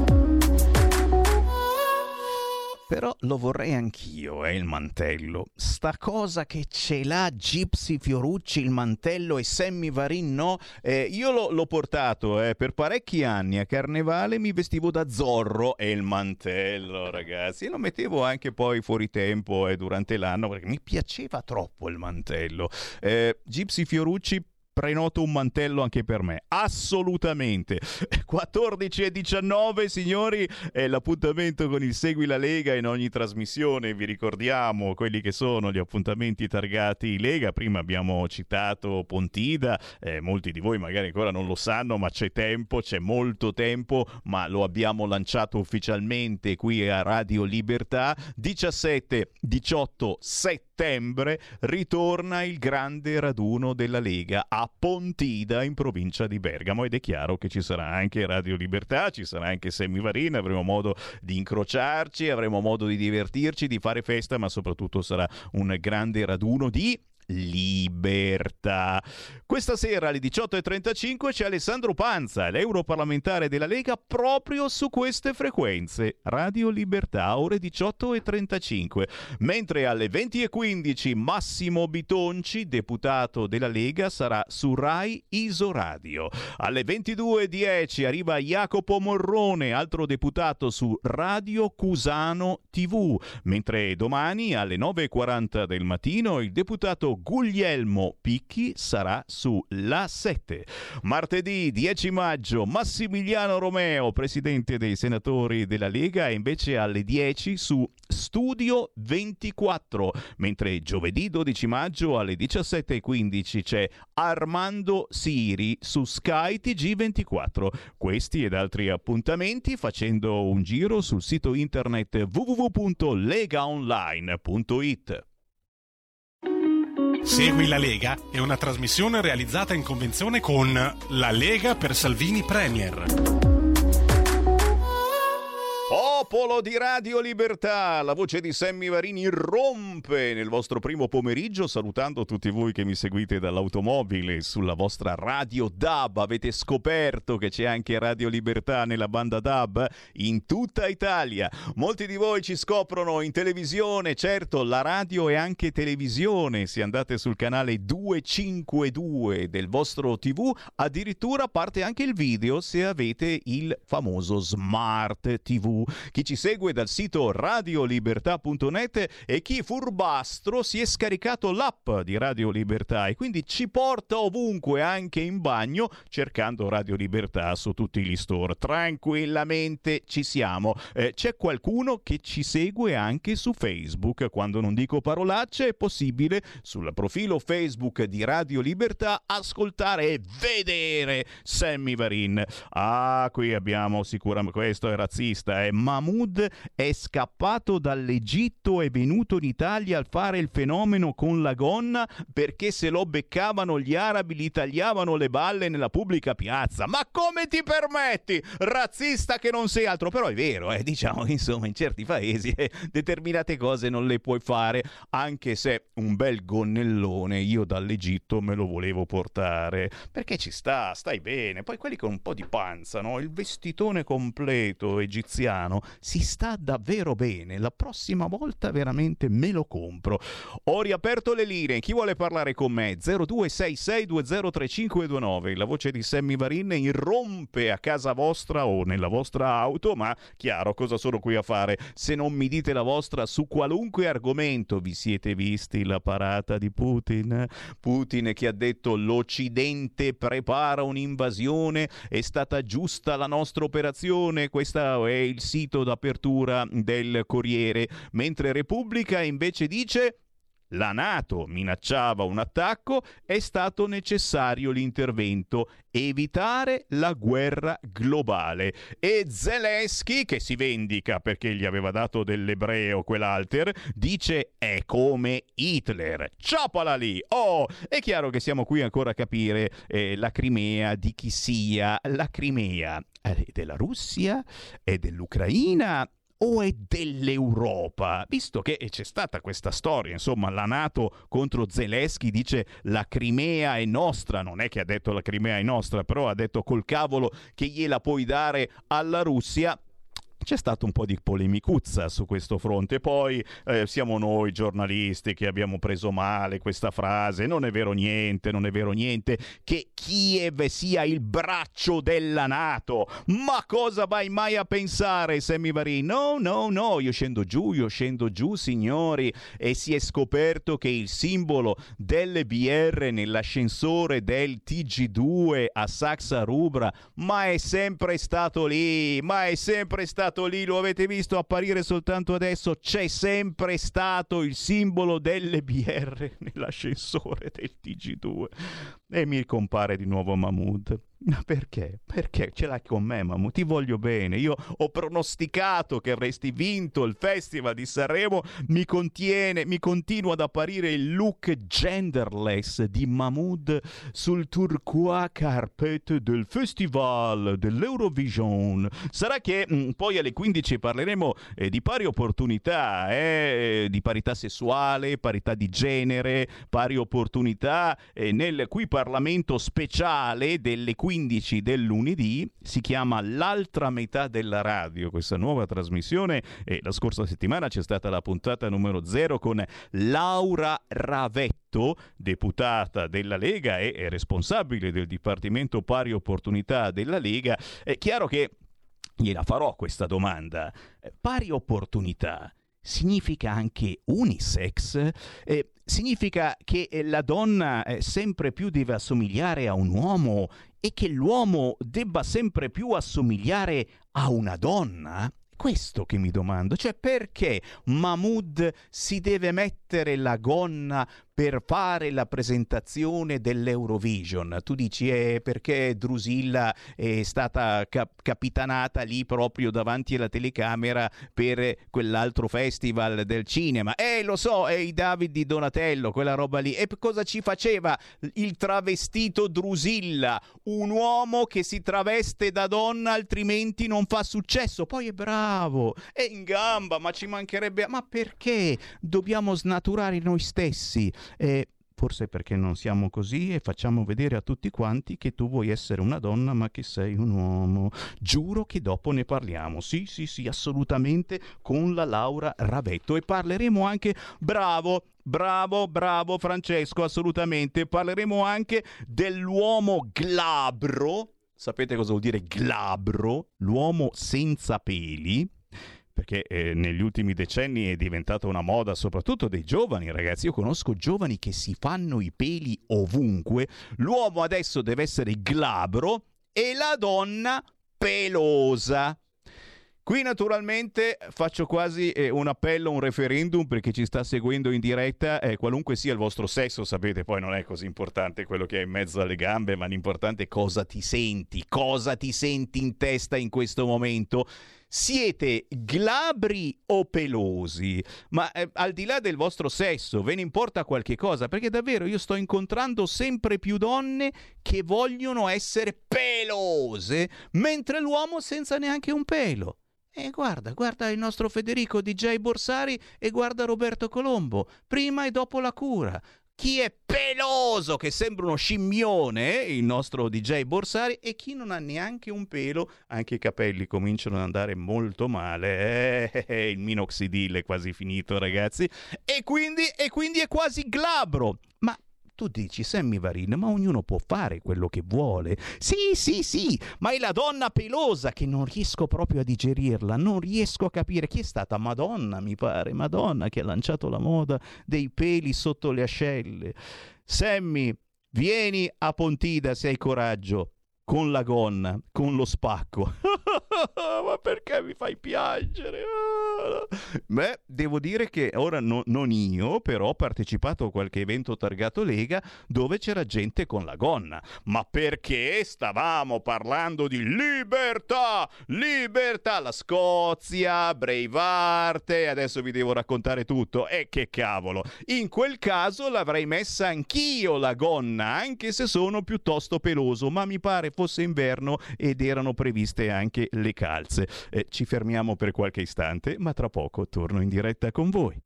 Però lo vorrei anch'io, eh, il mantello. Sta cosa che ce l'ha Gypsy Fiorucci, il mantello, e Sammy Varin no? Eh, io l'ho, l'ho portato eh, per parecchi anni a Carnevale, mi vestivo da Zorro e il mantello, ragazzi. E lo mettevo anche poi fuori tempo eh, durante l'anno, perché mi piaceva troppo il mantello. Eh, Gypsy Fiorucci, prenoto un mantello anche per me, assolutamente. Quattordici e diciannove, signori, è l'appuntamento con il Segui la Lega in ogni trasmissione. Vi ricordiamo quelli che sono gli appuntamenti targati Lega. Prima abbiamo citato Pontida, eh, molti di voi magari ancora non lo sanno, ma c'è tempo, c'è molto tempo, ma lo abbiamo lanciato ufficialmente qui a Radio Libertà. diciassette diciotto settembre ritorna il grande raduno della Lega a Pontida in provincia di Bergamo, ed è chiaro che ci sarà anche Radio Libertà, ci sarà anche Sammy Varin, avremo modo di incrociarci, avremo modo di divertirci, di fare festa, ma soprattutto sarà un grande raduno di Libertà. Questa sera alle diciotto e trentacinque c'è Alessandro Panza, l'europarlamentare della Lega, proprio su queste frequenze. Radio Libertà, ore diciotto e trentacinque. Mentre alle venti e quindici Massimo Bitonci, deputato della Lega, sarà su Rai Isoradio. Alle ventidue e dieci arriva Jacopo Morrone, altro deputato su Radio Cusano tivù. Mentre domani alle nove e quaranta del mattino il deputato Guglielmo Picchi sarà su La sette. Martedì dieci maggio Massimiliano Romeo, presidente dei senatori della Lega, è invece alle dieci su Studio ventiquattro, mentre giovedì dodici maggio alle diciassette e quindici c'è Armando Siri su Sky T G ventiquattro. Questi ed altri appuntamenti facendo un giro sul sito internet w w w punto legaonline punto it. Segui la Lega è una trasmissione realizzata in convenzione con La Lega per Salvini Premier. Popolo di Radio Libertà, la voce di Sammy Varin irrompe nel vostro primo pomeriggio, salutando tutti voi che mi seguite dall'automobile sulla vostra radio D A B. Avete scoperto che c'è anche Radio Libertà nella banda D A B in tutta Italia. Molti di voi ci scoprono in televisione, certo, la radio è anche televisione. Se andate sul canale duecentocinquantadue del vostro tivù, addirittura parte anche il video se avete il famoso Smart tivù. Chi ci segue dal sito radio libertà punto net e chi furbastro si è scaricato l'app di Radio Libertà e quindi ci porta ovunque, anche in bagno, cercando Radio Libertà su tutti gli store. Tranquillamente ci siamo. Eh, c'è qualcuno che ci segue anche su Facebook. Quando non dico parolacce è possibile sul profilo Facebook di Radio Libertà ascoltare e vedere Sammy Varin. Ah, qui abbiamo sicuramente, questo è razzista, eh. Mahmoud è scappato dall'Egitto, è venuto in Italia a fare il fenomeno con la gonna perché se lo beccavano gli arabi gli tagliavano le balle nella pubblica piazza. Ma come ti permetti? Razzista che non sei altro. Però è vero, eh, diciamo che insomma in certi paesi eh, determinate cose non le puoi fare, anche se un bel gonnellone io dall'Egitto me lo volevo portare, perché ci sta, stai bene. Poi quelli con un po' di panza, no? Il vestitone completo egiziano, si sta davvero bene. La prossima volta veramente me lo compro. Ho riaperto le linee, chi vuole parlare con me? zero due sei sei due zero tre cinque due nove. La voce di Sammy Varin irrompe a casa vostra o nella vostra auto, ma chiaro, cosa sono qui a fare se non mi dite la vostra su qualunque argomento? Vi siete visti la parata di Putin? Putin che ha detto l'Occidente prepara un'invasione, è stata giusta la nostra operazione. Questo è il sito d'apertura del Corriere, mentre Repubblica invece dice: la NATO minacciava un attacco, è stato necessario l'intervento, evitare la guerra globale. E Zelensky, che si vendica perché gli aveva dato dell'ebreo quell'alter, dice è come Hitler. Ciapala lì! Oh, è chiaro che siamo qui ancora a capire eh, la Crimea, di chi sia la Crimea. È della Russia? È dell'Ucraina? O è dell'Europa? Visto che c'è stata questa storia, insomma, la NATO contro Zelensky dice la Crimea è nostra, non è che ha detto la Crimea è nostra, però ha detto col cavolo che gliela puoi dare alla Russia. C'è stato un po' di polemicuzza su questo fronte, poi eh, siamo noi giornalisti che abbiamo preso male questa frase. Non è vero niente, non è vero niente che Kiev sia il braccio della NATO. Ma cosa vai mai a pensare, Sammy Varin? No, no, no, io scendo giù, io scendo giù, signori, e si è scoperto che il simbolo delle B R nell'ascensore del T G due a Saxa Rubra, ma è sempre stato lì, ma è sempre stato lì, lo avete visto apparire soltanto adesso, c'è sempre stato il simbolo delle B R nell'ascensore del T G due. E mi compare di nuovo Mahmood. Ma perché? Perché ce l'hai con me, Mahmood? Ti voglio bene. Io ho pronosticato che avresti vinto il Festival di Sanremo. Mi contiene, mi continua ad apparire il look genderless di Mahmood sul turquoise carpet del Festival dell'Eurovision. Sarà che mh, poi alle quindici parleremo eh, di pari opportunità, eh, di parità sessuale, parità di genere, pari opportunità eh, nel qui Parlamento speciale delle quindici del lunedì. Si chiama L'altra metà della radio, questa nuova trasmissione, e la scorsa settimana c'è stata la puntata numero zero con Laura Ravetto, deputata della Lega e responsabile del Dipartimento Pari Opportunità della Lega. È chiaro che gliela farò questa domanda. Pari opportunità significa anche unisex? Eh, significa che la donna eh, sempre più deve assomigliare a un uomo e che l'uomo debba sempre più assomigliare a una donna? Questo che mi domando, cioè perché Mahmood si deve mettere la gonna per fare la presentazione dell'Eurovision? Tu dici eh, perché Drusilla è stata cap- capitanata lì proprio davanti alla telecamera per quell'altro festival del cinema. Eh, lo so, è i David di Donatello, quella roba lì. E cosa ci faceva il travestito Drusilla? Un uomo che si traveste da donna, altrimenti non fa successo. Poi è bravo, è in gamba, ma ci mancherebbe. Ma perché dobbiamo snaturare noi stessi? Eh, forse perché non siamo così e facciamo vedere a tutti quanti che tu vuoi essere una donna ma che sei un uomo. Giuro che dopo ne parliamo, sì sì sì, assolutamente, con la Laura Ravetto, e parleremo anche, bravo bravo bravo Francesco, assolutamente, parleremo anche dell'uomo glabro. Sapete cosa vuol dire glabro? L'uomo senza peli. Perché eh, negli ultimi decenni è diventata una moda soprattutto dei giovani, ragazzi. Io conosco giovani che si fanno i peli ovunque. L'uomo adesso deve essere glabro e la donna pelosa. Qui naturalmente faccio quasi eh, un appello, un referendum per chi ci sta seguendo in diretta, eh, qualunque sia il vostro sesso, sapete, poi non è così importante quello che è in mezzo alle gambe, ma l'importante è cosa ti senti, cosa ti senti in testa in questo momento. Siete glabri o pelosi? Ma eh, al di là del vostro sesso, ve ne importa qualche cosa? Perché davvero io sto incontrando sempre più donne che vogliono essere pelose, mentre l'uomo senza neanche un pelo. E guarda, guarda il nostro Federico D J Borsari e guarda Roberto Colombo, prima e dopo la cura. Chi è peloso, che sembra uno scimmione, il nostro D J Borsari, e chi non ha neanche un pelo, anche i capelli cominciano ad andare molto male. Eh, eh, il minoxidil è quasi finito, ragazzi, e quindi, e quindi è quasi glabro. Ma tu dici, Sammy Varin, ma ognuno può fare quello che vuole. Sì, sì, sì, ma è la donna pelosa che non riesco proprio a digerirla, non riesco a capire. Chi è stata? Madonna, mi pare, Madonna, che ha lanciato la moda dei peli sotto le ascelle. Sammy, vieni a Pontida se hai coraggio, con la gonna, con lo spacco. Ma perché mi fai piangere? Beh, devo dire che ora no, non io, però ho partecipato a qualche evento targato Lega dove c'era gente con la gonna. Ma perché stavamo parlando di libertà, libertà, la Scozia, Braveheart, e adesso vi devo raccontare tutto. E che cavolo, in quel caso l'avrei messa anch'io la gonna, anche se sono piuttosto peloso, ma mi pare fosse inverno ed erano previste anche le calze. Eh, ci fermiamo per qualche istante, ma tra poco torno in diretta con voi.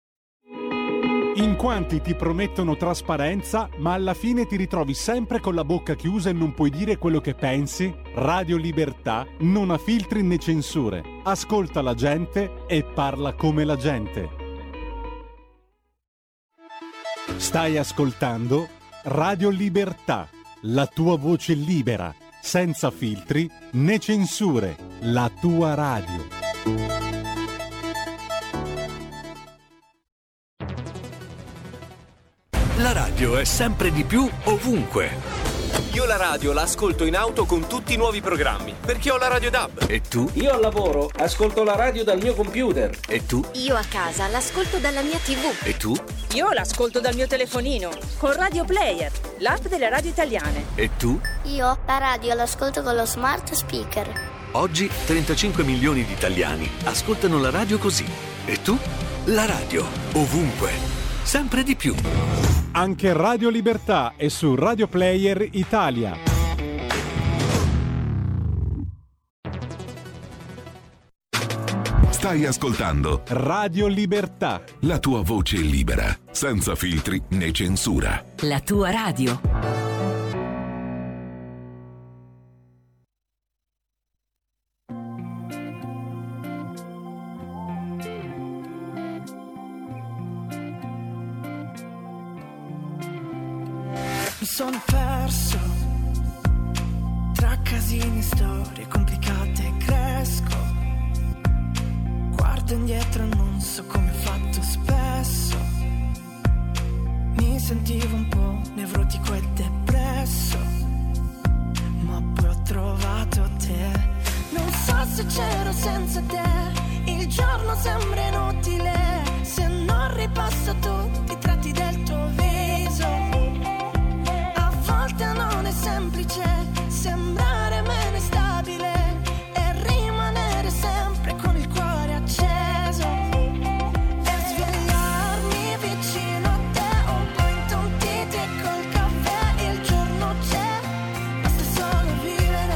In quanti ti promettono trasparenza, ma alla fine ti ritrovi sempre con la bocca chiusa e non puoi dire quello che pensi? Radio Libertà non ha filtri né censure. Ascolta la gente e parla come la gente. Stai ascoltando Radio Libertà, la tua voce libera, senza filtri né censure, la tua radio. La radio è sempre di più ovunque. Io la radio la ascolto in auto con tutti i nuovi programmi, perché ho la Radio D A B. E tu? Io al lavoro ascolto la radio dal mio computer. E tu? Io a casa l'ascolto dalla mia tivù. E tu? Io l'ascolto dal mio telefonino, con Radio Player, l'app delle radio italiane. E tu? Io la radio l'ascolto con lo smart speaker. Oggi trentacinque milioni di italiani ascoltano la radio così. E tu? La radio, ovunque, sempre di più. Anche Radio Libertà è su Radio Player Italia. Stai ascoltando Radio Libertà. La tua voce libera, senza filtri né censura. La tua radio. Mi sono perso tra casini, storie complicate, cresco. Guardo indietro e non so come ho fatto spesso. Mi sentivo un po' nevrotico e depresso, ma poi ho trovato te. Non so se c'ero senza te, il giorno sembra inutile se non ripasso tutti i tratti del tuo viso. A volte non è semplice sembrare meno stabile e rimanere sempre con il cuore acceso e svegliarmi vicino a te, un po' intontiti e col caffè. Il giorno c'è, basta solo vivere,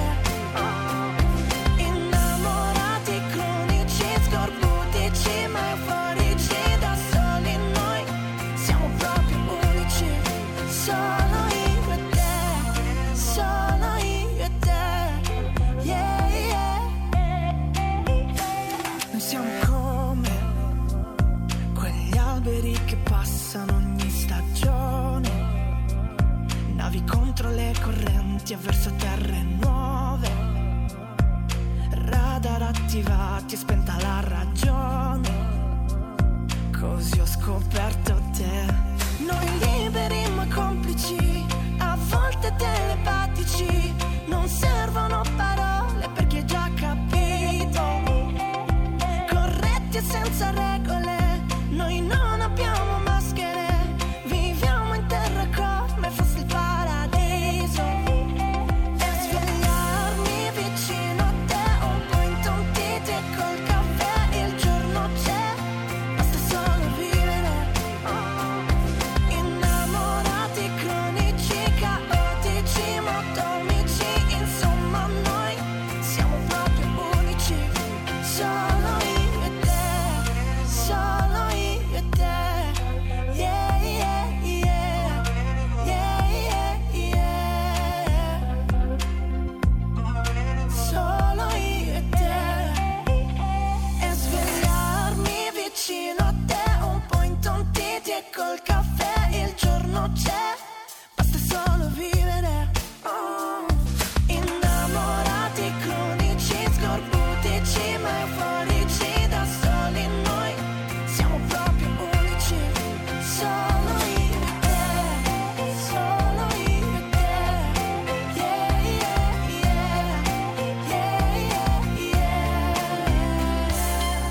innamorati, cronici, scorbutici, ma euforici, da soli noi siamo proprio unici, solo io e te, solo io e te, yeah, yeah. Noi siamo come quegli alberi che passano ogni stagione, navi contro le correnti e verso terre nuove, radar attivati e spenta la ragione, così ho scoperto te. Noi liberi ma complici, a volte telepatici, non servono parole perché hai già capito, corretti e senza regole, noi non abbiamo maschere, viviamo in terra come fosse il paradiso e svegliarmi vicino a te, un po' intontiti e col caffè. Il giorno c'è, basta solo vivere, innamorati, cronici, caotici, ma atomici, insomma noi siamo proprio unici, solo io e te, solo io e te, yeah, yeah, yeah, yeah, yeah, yeah, solo io e te, e svegliarmi vicino a te, un po' intontiti e col caffè. Il giorno c'è, basta solo vivere, oh. Innamorati, cronici, scorbutici, ma euforici, da soli noi siamo proprio unici, solo io e te, solo io e te, yeah, yeah, yeah, yeah, yeah, yeah.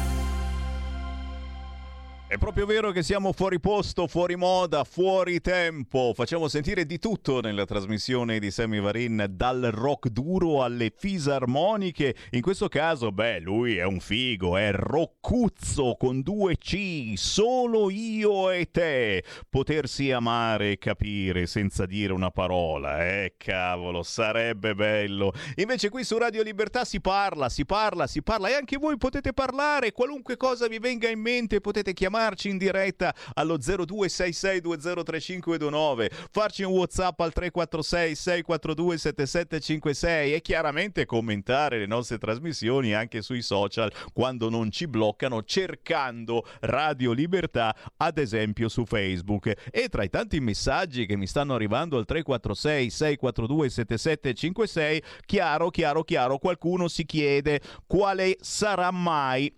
È proprio vero che siamo fuori posto, fuori moda, fuori tempo. Facciamo sentire di tutto nella trasmissione di Sammy Varin, dal rock duro alle fisarmoniche. In questo caso, beh, lui è un figo, è roccuzzo con due C, solo io e te. Potersi amare e capire senza dire una parola, eh, cavolo, sarebbe bello. Invece qui su Radio Libertà si parla, si parla, si parla e anche voi potete parlare, qualunque cosa vi venga in mente potete chiamarci in diretta allo zero due sei sei due zero tre cinque due nove, farci un WhatsApp al tre quattro sei sei quattro due sette sette cinque sei e chiaramente commentare le nostre trasmissioni anche sui social quando non ci bloccano, cercando Radio Libertà ad esempio su Facebook. E tra i tanti messaggi che mi stanno arrivando al tre quattro sei sei quattro due sette sette cinque sei, chiaro chiaro chiaro qualcuno si chiede quale sarà mai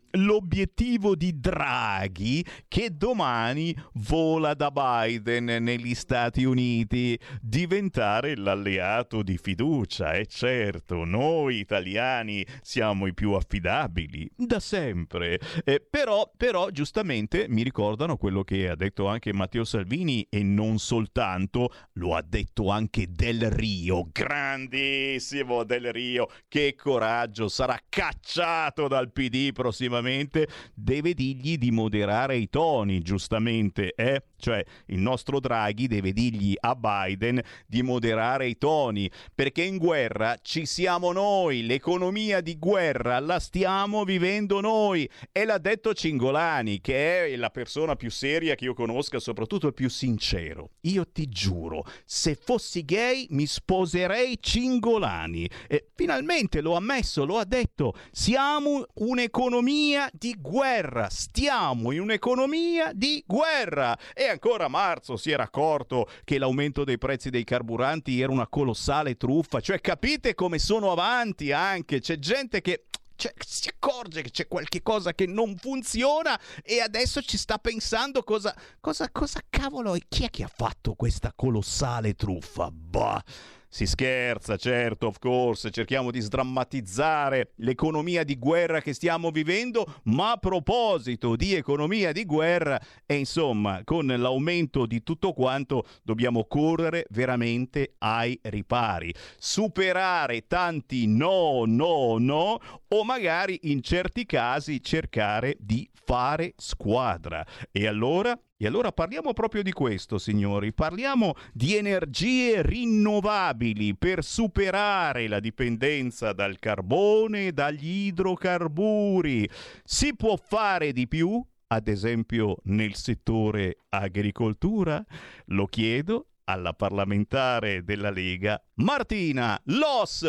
l'obiettivo di Draghi, che domani vola da Biden negli Stati Uniti, diventare l'alleato di fiducia. E certo, noi italiani siamo i più affidabili da sempre. Eh, però, però, giustamente mi ricordano quello che ha detto anche Matteo Salvini, e non soltanto, lo ha detto anche Del Rio, grandissimo Del Rio, che coraggio, sarà cacciato dal P D prossimamente, deve dirgli di moderare i toni, giustamente, eh? Cioè il nostro Draghi deve dirgli a Biden di moderare i toni, perché in guerra ci siamo noi, l'economia di guerra la stiamo vivendo noi, e l'ha detto Cingolani, che è la persona più seria che io conosca, soprattutto il più sincero. Io ti giuro, se fossi gay mi sposerei Cingolani, e finalmente lo ha ammesso, lo ha detto, siamo un'economia di guerra, stiamo in un'economia di guerra. E ancora a marzo si era accorto che l'aumento dei prezzi dei carburanti era una colossale truffa. Cioè, capite come sono avanti anche? C'è gente che cioè, si accorge che c'è qualche cosa che non funziona e adesso ci sta pensando cosa, cosa, cosa cavolo, e chi è che ha fatto questa colossale truffa? Bah! Si scherza, certo, of course, cerchiamo di sdrammatizzare l'economia di guerra che stiamo vivendo, ma a proposito di economia di guerra, e insomma, con l'aumento di tutto quanto dobbiamo correre veramente ai ripari, superare tanti no, no, no, o magari in certi casi cercare di fare squadra. E allora? E allora parliamo proprio di questo, signori, parliamo di energie rinnovabili per superare la dipendenza dal carbone e dagli idrocarburi. Si può fare di più, ad esempio nel settore agricoltura? Lo chiedo alla parlamentare della Lega, Martina Los.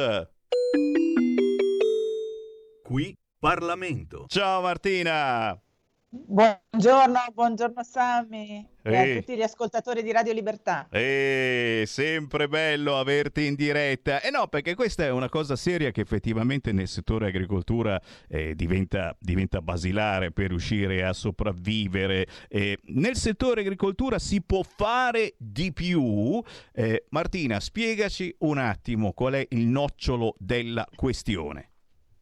Qui Parlamento. Ciao Martina! Buongiorno, buongiorno Sammy e Ehi. a tutti gli ascoltatori di Radio Libertà. Eh, sempre bello averti in diretta. E eh no, perché questa è una cosa seria che effettivamente nel settore agricoltura eh, diventa, diventa basilare per riuscire a sopravvivere. Eh, nel settore agricoltura si può fare di più. Eh, Martina, spiegaci un attimo qual è il nocciolo della questione.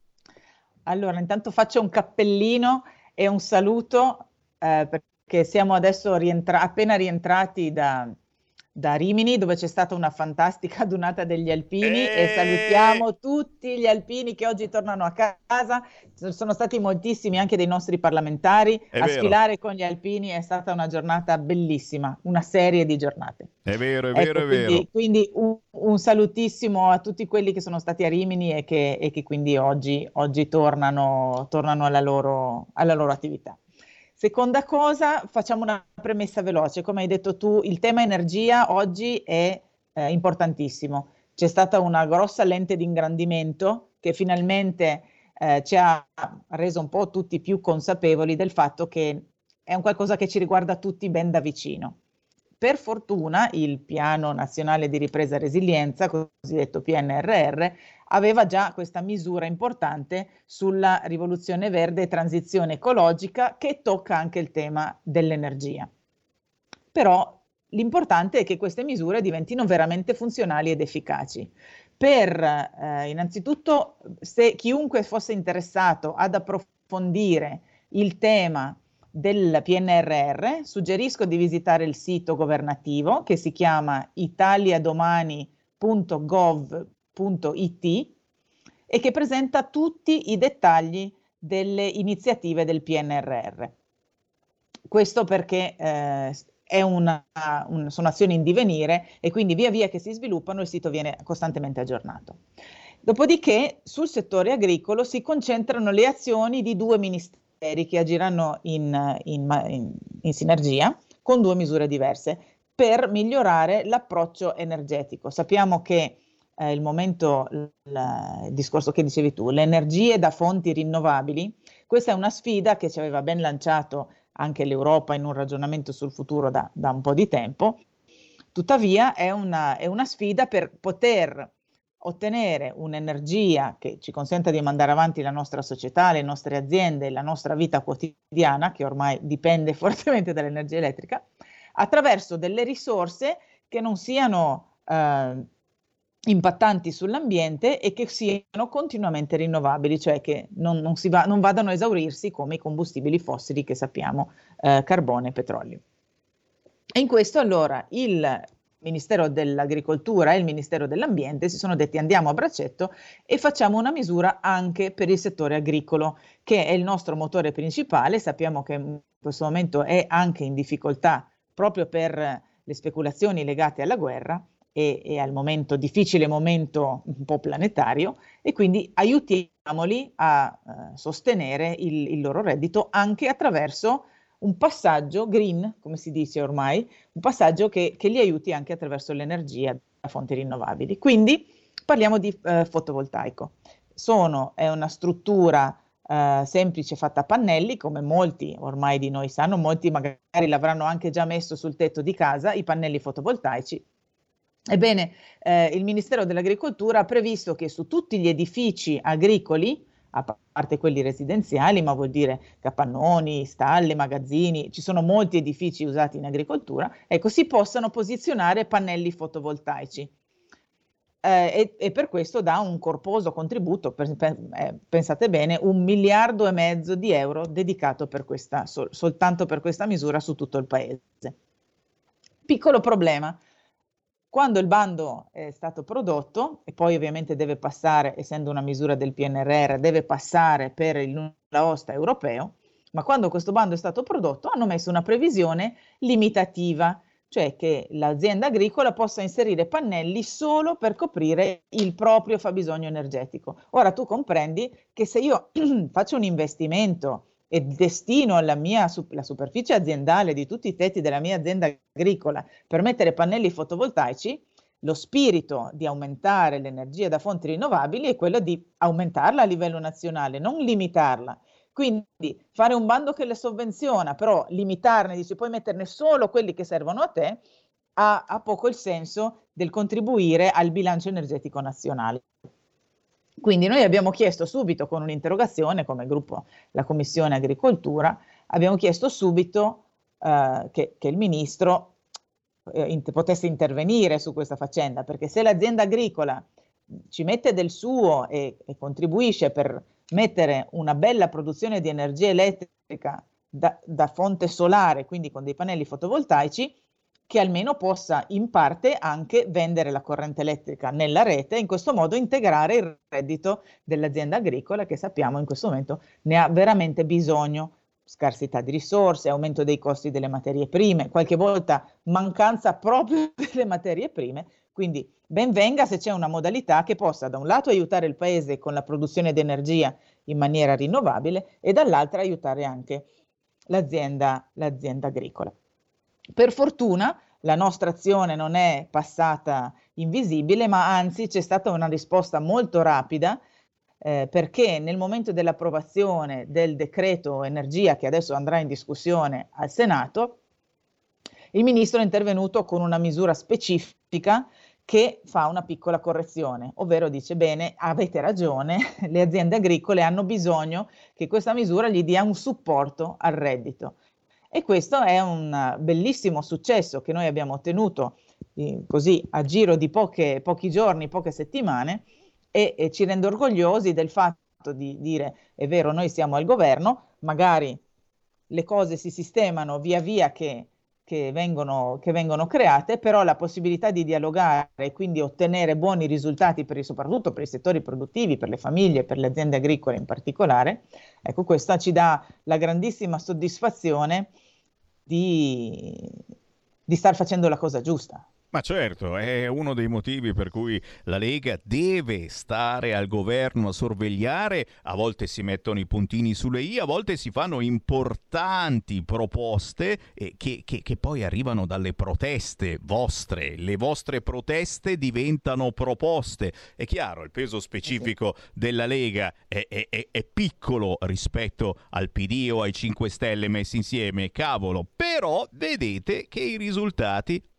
Allora, intanto faccio un cappellino e un saluto eh, perché siamo adesso rientra- appena rientrati da, da Rimini, dove c'è stata una fantastica adunata degli alpini e... e salutiamo tutti gli alpini che oggi tornano a casa. Sono stati moltissimi anche dei nostri parlamentari È a vero. sfilare con gli alpini, è stata una giornata bellissima, una serie di giornate. È vero, è Ecco, vero, è quindi, vero. quindi un, un salutissimo a tutti quelli che sono stati a Rimini e che, e che quindi oggi, oggi tornano, tornano alla loro, alla loro attività. Seconda cosa, facciamo una premessa veloce. Come hai detto tu, il tema energia oggi è eh, importantissimo. C'è stata una grossa lente di ingrandimento che finalmente eh, ci ha reso un po' tutti più consapevoli del fatto che è un qualcosa che ci riguarda tutti ben da vicino. Per fortuna il Piano Nazionale di Ripresa e Resilienza, cosiddetto P N R R, aveva già questa misura importante sulla rivoluzione verde e transizione ecologica che tocca anche il tema dell'energia. Però l'importante è che queste misure diventino veramente funzionali ed efficaci. Per eh, innanzitutto, se chiunque fosse interessato ad approfondire il tema del P N R R, suggerisco di visitare il sito governativo che si chiama italiadomani punto gov punto it e che presenta tutti i dettagli delle iniziative del P N R R. Questo perché eh, è una, un, sono azioni in divenire e quindi via via che si sviluppano il sito viene costantemente aggiornato. Dopodiché sul settore agricolo si concentrano le azioni di due ministeri che agiranno in, in, in, in sinergia con due misure diverse per migliorare l'approccio energetico. Sappiamo che eh, il momento, l, il discorso che dicevi tu, le energie da fonti rinnovabili, questa è una sfida che ci aveva ben lanciato anche l'Europa in un ragionamento sul futuro da, da un po' di tempo. Tuttavia è una, è una sfida per poter ottenere un'energia che ci consenta di mandare avanti la nostra società, le nostre aziende, la nostra vita quotidiana, che ormai dipende fortemente dall'energia elettrica, attraverso delle risorse che non siano eh, impattanti sull'ambiente e che siano continuamente rinnovabili, cioè che non, non, si va, non vadano a esaurirsi come i combustibili fossili che sappiamo, eh, carbone e petrolio. E in questo allora il Ministero dell'Agricoltura e il Ministero dell'Ambiente si sono detti andiamo a braccetto e facciamo una misura anche per il settore agricolo, che è il nostro motore principale. Sappiamo che in questo momento è anche in difficoltà proprio per le speculazioni legate alla guerra e, e al momento difficile momento un po' planetario, e quindi aiutiamoli a uh, sostenere il, il loro reddito anche attraverso un passaggio green, come si dice ormai, un passaggio che, che li aiuti anche attraverso l'energia da fonti rinnovabili. Quindi parliamo di eh, fotovoltaico. Sono, è una struttura eh, semplice fatta a pannelli, come molti ormai di noi sanno, molti magari l'avranno anche già messo sul tetto di casa, i pannelli fotovoltaici. Ebbene, eh, il Ministero dell'Agricoltura ha previsto che su tutti gli edifici agricoli, a parte quelli residenziali, ma vuol dire capannoni, stalle, magazzini, ci sono molti edifici usati in agricoltura, ecco, si possano posizionare pannelli fotovoltaici. Eh, e, e per questo dà un corposo contributo, per, per, eh, pensate bene, un miliardo e mezzo di euro dedicato per questa, sol, soltanto per questa misura su tutto il paese. Piccolo problema. Quando il bando è stato prodotto, e poi ovviamente deve passare, essendo una misura del P N R R, deve passare per il nulla osta europeo, ma quando questo bando è stato prodotto hanno messo una previsione limitativa, cioè che l'azienda agricola possa inserire pannelli solo per coprire il proprio fabbisogno energetico. Ora tu comprendi che se io faccio un investimento e destino alla mia la superficie aziendale di tutti i tetti della mia azienda agricola per mettere pannelli fotovoltaici, lo spirito di aumentare l'energia da fonti rinnovabili è quello di aumentarla a livello nazionale, non limitarla. Quindi fare un bando che le sovvenziona, però limitarne, dice puoi metterne solo quelli che servono a te, ha, ha poco il senso del contribuire al bilancio energetico nazionale. Quindi noi abbiamo chiesto subito con un'interrogazione come gruppo, la Commissione Agricoltura, abbiamo chiesto subito eh, che, che il Ministro eh, in, potesse intervenire su questa faccenda, perché se l'azienda agricola ci mette del suo e, e contribuisce per mettere una bella produzione di energia elettrica da, da fonte solare, quindi con dei pannelli fotovoltaici, che almeno possa in parte anche vendere la corrente elettrica nella rete e in questo modo integrare il reddito dell'azienda agricola, che sappiamo in questo momento ne ha veramente bisogno. Scarsità di risorse, aumento dei costi delle materie prime, qualche volta mancanza proprio delle materie prime, quindi ben venga se c'è una modalità che possa da un lato aiutare il paese con la produzione di energia in maniera rinnovabile e dall'altra aiutare anche l'azienda, l'azienda agricola. Per fortuna la nostra azione non è passata invisibile, ma anzi c'è stata una risposta molto rapida, eh, perché nel momento dell'approvazione del decreto energia che adesso andrà in discussione al Senato, il Ministro è intervenuto con una misura specifica che fa una piccola correzione, ovvero dice bene, avete ragione, le aziende agricole hanno bisogno che questa misura gli dia un supporto al reddito. E questo è un bellissimo successo che noi abbiamo ottenuto eh, così a giro di poche, pochi giorni, poche settimane, e, e ci rende orgogliosi del fatto di dire è vero, noi siamo al governo, magari le cose si sistemano via via che, che, vengono, che vengono create, però la possibilità di dialogare e quindi ottenere buoni risultati per, soprattutto per i settori produttivi, per le famiglie, per le aziende agricole in particolare, ecco, questa ci dà la grandissima soddisfazione di, di star facendo la cosa giusta. Ma certo, è uno dei motivi per cui la Lega deve stare al governo a sorvegliare. A volte si mettono i puntini sulle i, a volte si fanno importanti proposte eh, che, che, che poi arrivano dalle proteste vostre. Le vostre proteste diventano proposte. È chiaro, il peso specifico della Lega è, è, è, è piccolo rispetto al P D o ai cinque Stelle messi insieme, cavolo. Però vedete che i risultati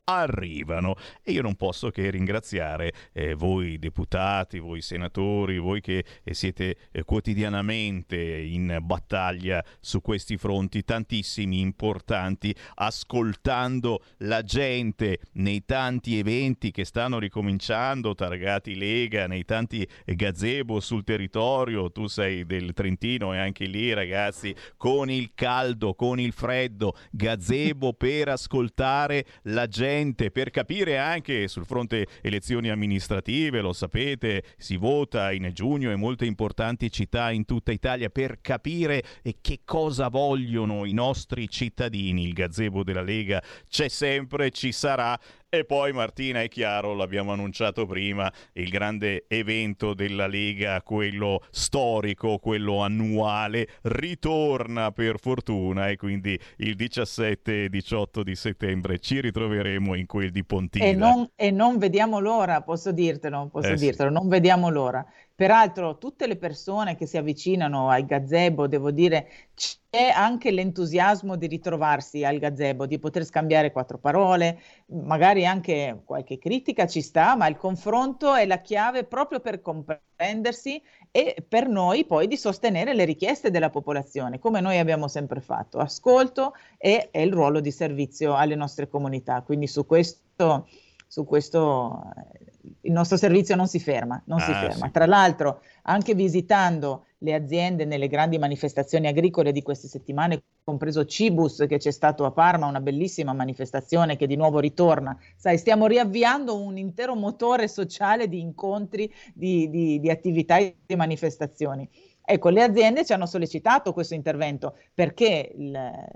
arrivano. E io non posso che ringraziare eh, voi deputati, voi senatori, voi che eh, siete eh, quotidianamente in battaglia su questi fronti tantissimi, importanti, ascoltando la gente nei tanti eventi che stanno ricominciando, targati Lega, nei tanti gazebo sul territorio. Tu sei del Trentino e anche lì, ragazzi, con il caldo, con il freddo, gazebo per ascoltare la gente, per capire anche sul fronte elezioni amministrative, lo sapete, si vota in giugno in molte importanti città in tutta Italia, per capire che cosa vogliono i nostri cittadini. Il gazebo della Lega c'è sempre, ci sarà. E poi, Martina, è chiaro, l'abbiamo annunciato prima, il grande evento della Lega, quello storico, quello annuale, ritorna per fortuna, e quindi il diciassette e diciotto di settembre ci ritroveremo in quel di Pontida. E non, e non vediamo l'ora, posso dirtelo, posso Eh sì. dirtelo, non vediamo l'ora. Peraltro tutte le persone che si avvicinano al gazebo, devo dire, c'è anche l'entusiasmo di ritrovarsi al gazebo, di poter scambiare quattro parole, magari anche qualche critica ci sta, ma il confronto è la chiave proprio per comprendersi e per noi poi di sostenere le richieste della popolazione, come noi abbiamo sempre fatto, ascolto e, e il ruolo di servizio alle nostre comunità. Quindi su questo... Su questo il nostro servizio non si ferma, non ah, si ferma. Sì. Tra l'altro, anche visitando le aziende nelle grandi manifestazioni agricole di queste settimane, compreso Cibus che c'è stato a Parma, una bellissima manifestazione che di nuovo ritorna. Sai, stiamo riavviando un intero motore sociale di incontri, di, di, di attività e di manifestazioni. Ecco, le aziende ci hanno sollecitato questo intervento perché il,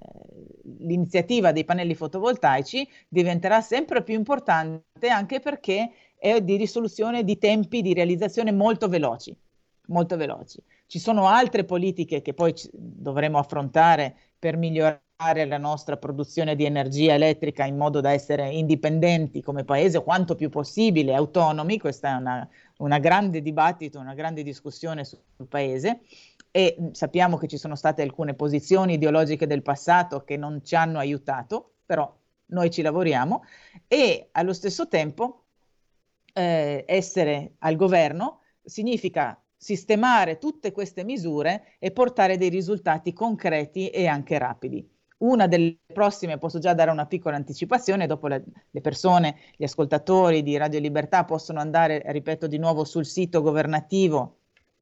l'iniziativa dei pannelli fotovoltaici diventerà sempre più importante, anche perché è di risoluzione di tempi di realizzazione molto veloci, molto veloci. Ci sono altre politiche che poi dovremo affrontare per migliorare la nostra produzione di energia elettrica in modo da essere indipendenti come paese, quanto più possibile autonomi. Questa è una, una grande dibattito, una grande discussione sul paese, e sappiamo che ci sono state alcune posizioni ideologiche del passato che non ci hanno aiutato, però noi ci lavoriamo, e allo stesso tempo eh, essere al governo significa sistemare tutte queste misure e portare dei risultati concreti e anche rapidi. Una delle prossime, posso già dare una piccola anticipazione, dopo le, le persone, gli ascoltatori di Radio Libertà possono andare, ripeto di nuovo, sul sito governativo,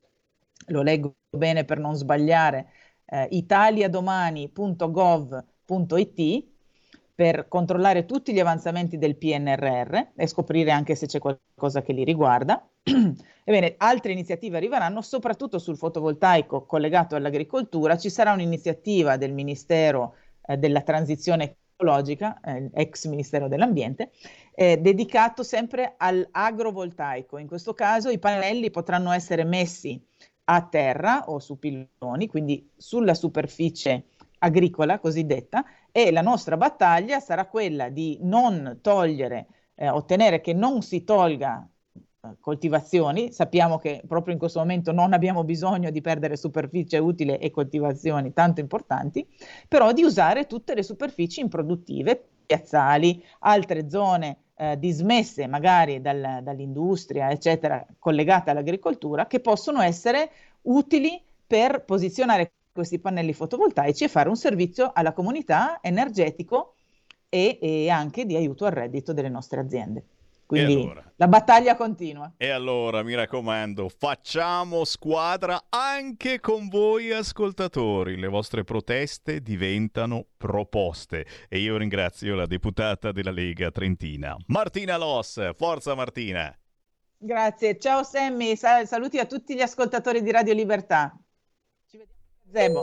lo leggo bene per non sbagliare, eh, italiadomani punto gov punto it, per controllare tutti gli avanzamenti del P N R R e scoprire anche se c'è qualcosa che li riguarda. Ebbene, altre iniziative arriveranno, soprattutto sul fotovoltaico collegato all'agricoltura. Ci sarà un'iniziativa del Ministero eh, della Transizione Ecologica, eh, ex Ministero dell'Ambiente, eh, dedicato sempre all'agrovoltaico. In questo caso i pannelli potranno essere messi a terra o su piloni, quindi sulla superficie agricola cosiddetta, e la nostra battaglia sarà quella di non togliere, eh, ottenere che non si tolga eh, coltivazioni. Sappiamo che proprio in questo momento non abbiamo bisogno di perdere superficie utile e coltivazioni tanto importanti, però di usare tutte le superfici improduttive, piazzali, altre zone eh, dismesse magari dal, dall'industria, eccetera, collegate all'agricoltura, che possono essere utili per posizionare questi pannelli fotovoltaici e fare un servizio alla comunità energetico e, e anche di aiuto al reddito delle nostre aziende. Quindi allora, la battaglia continua. E allora, mi raccomando, facciamo squadra anche con voi ascoltatori. Le vostre proteste diventano proposte. E io ringrazio la deputata della Lega Trentina, Martina Loss. Forza Martina! Grazie, ciao Sammy, Sal- saluti a tutti gli ascoltatori di Radio Libertà. Ci vediamo a Zebo.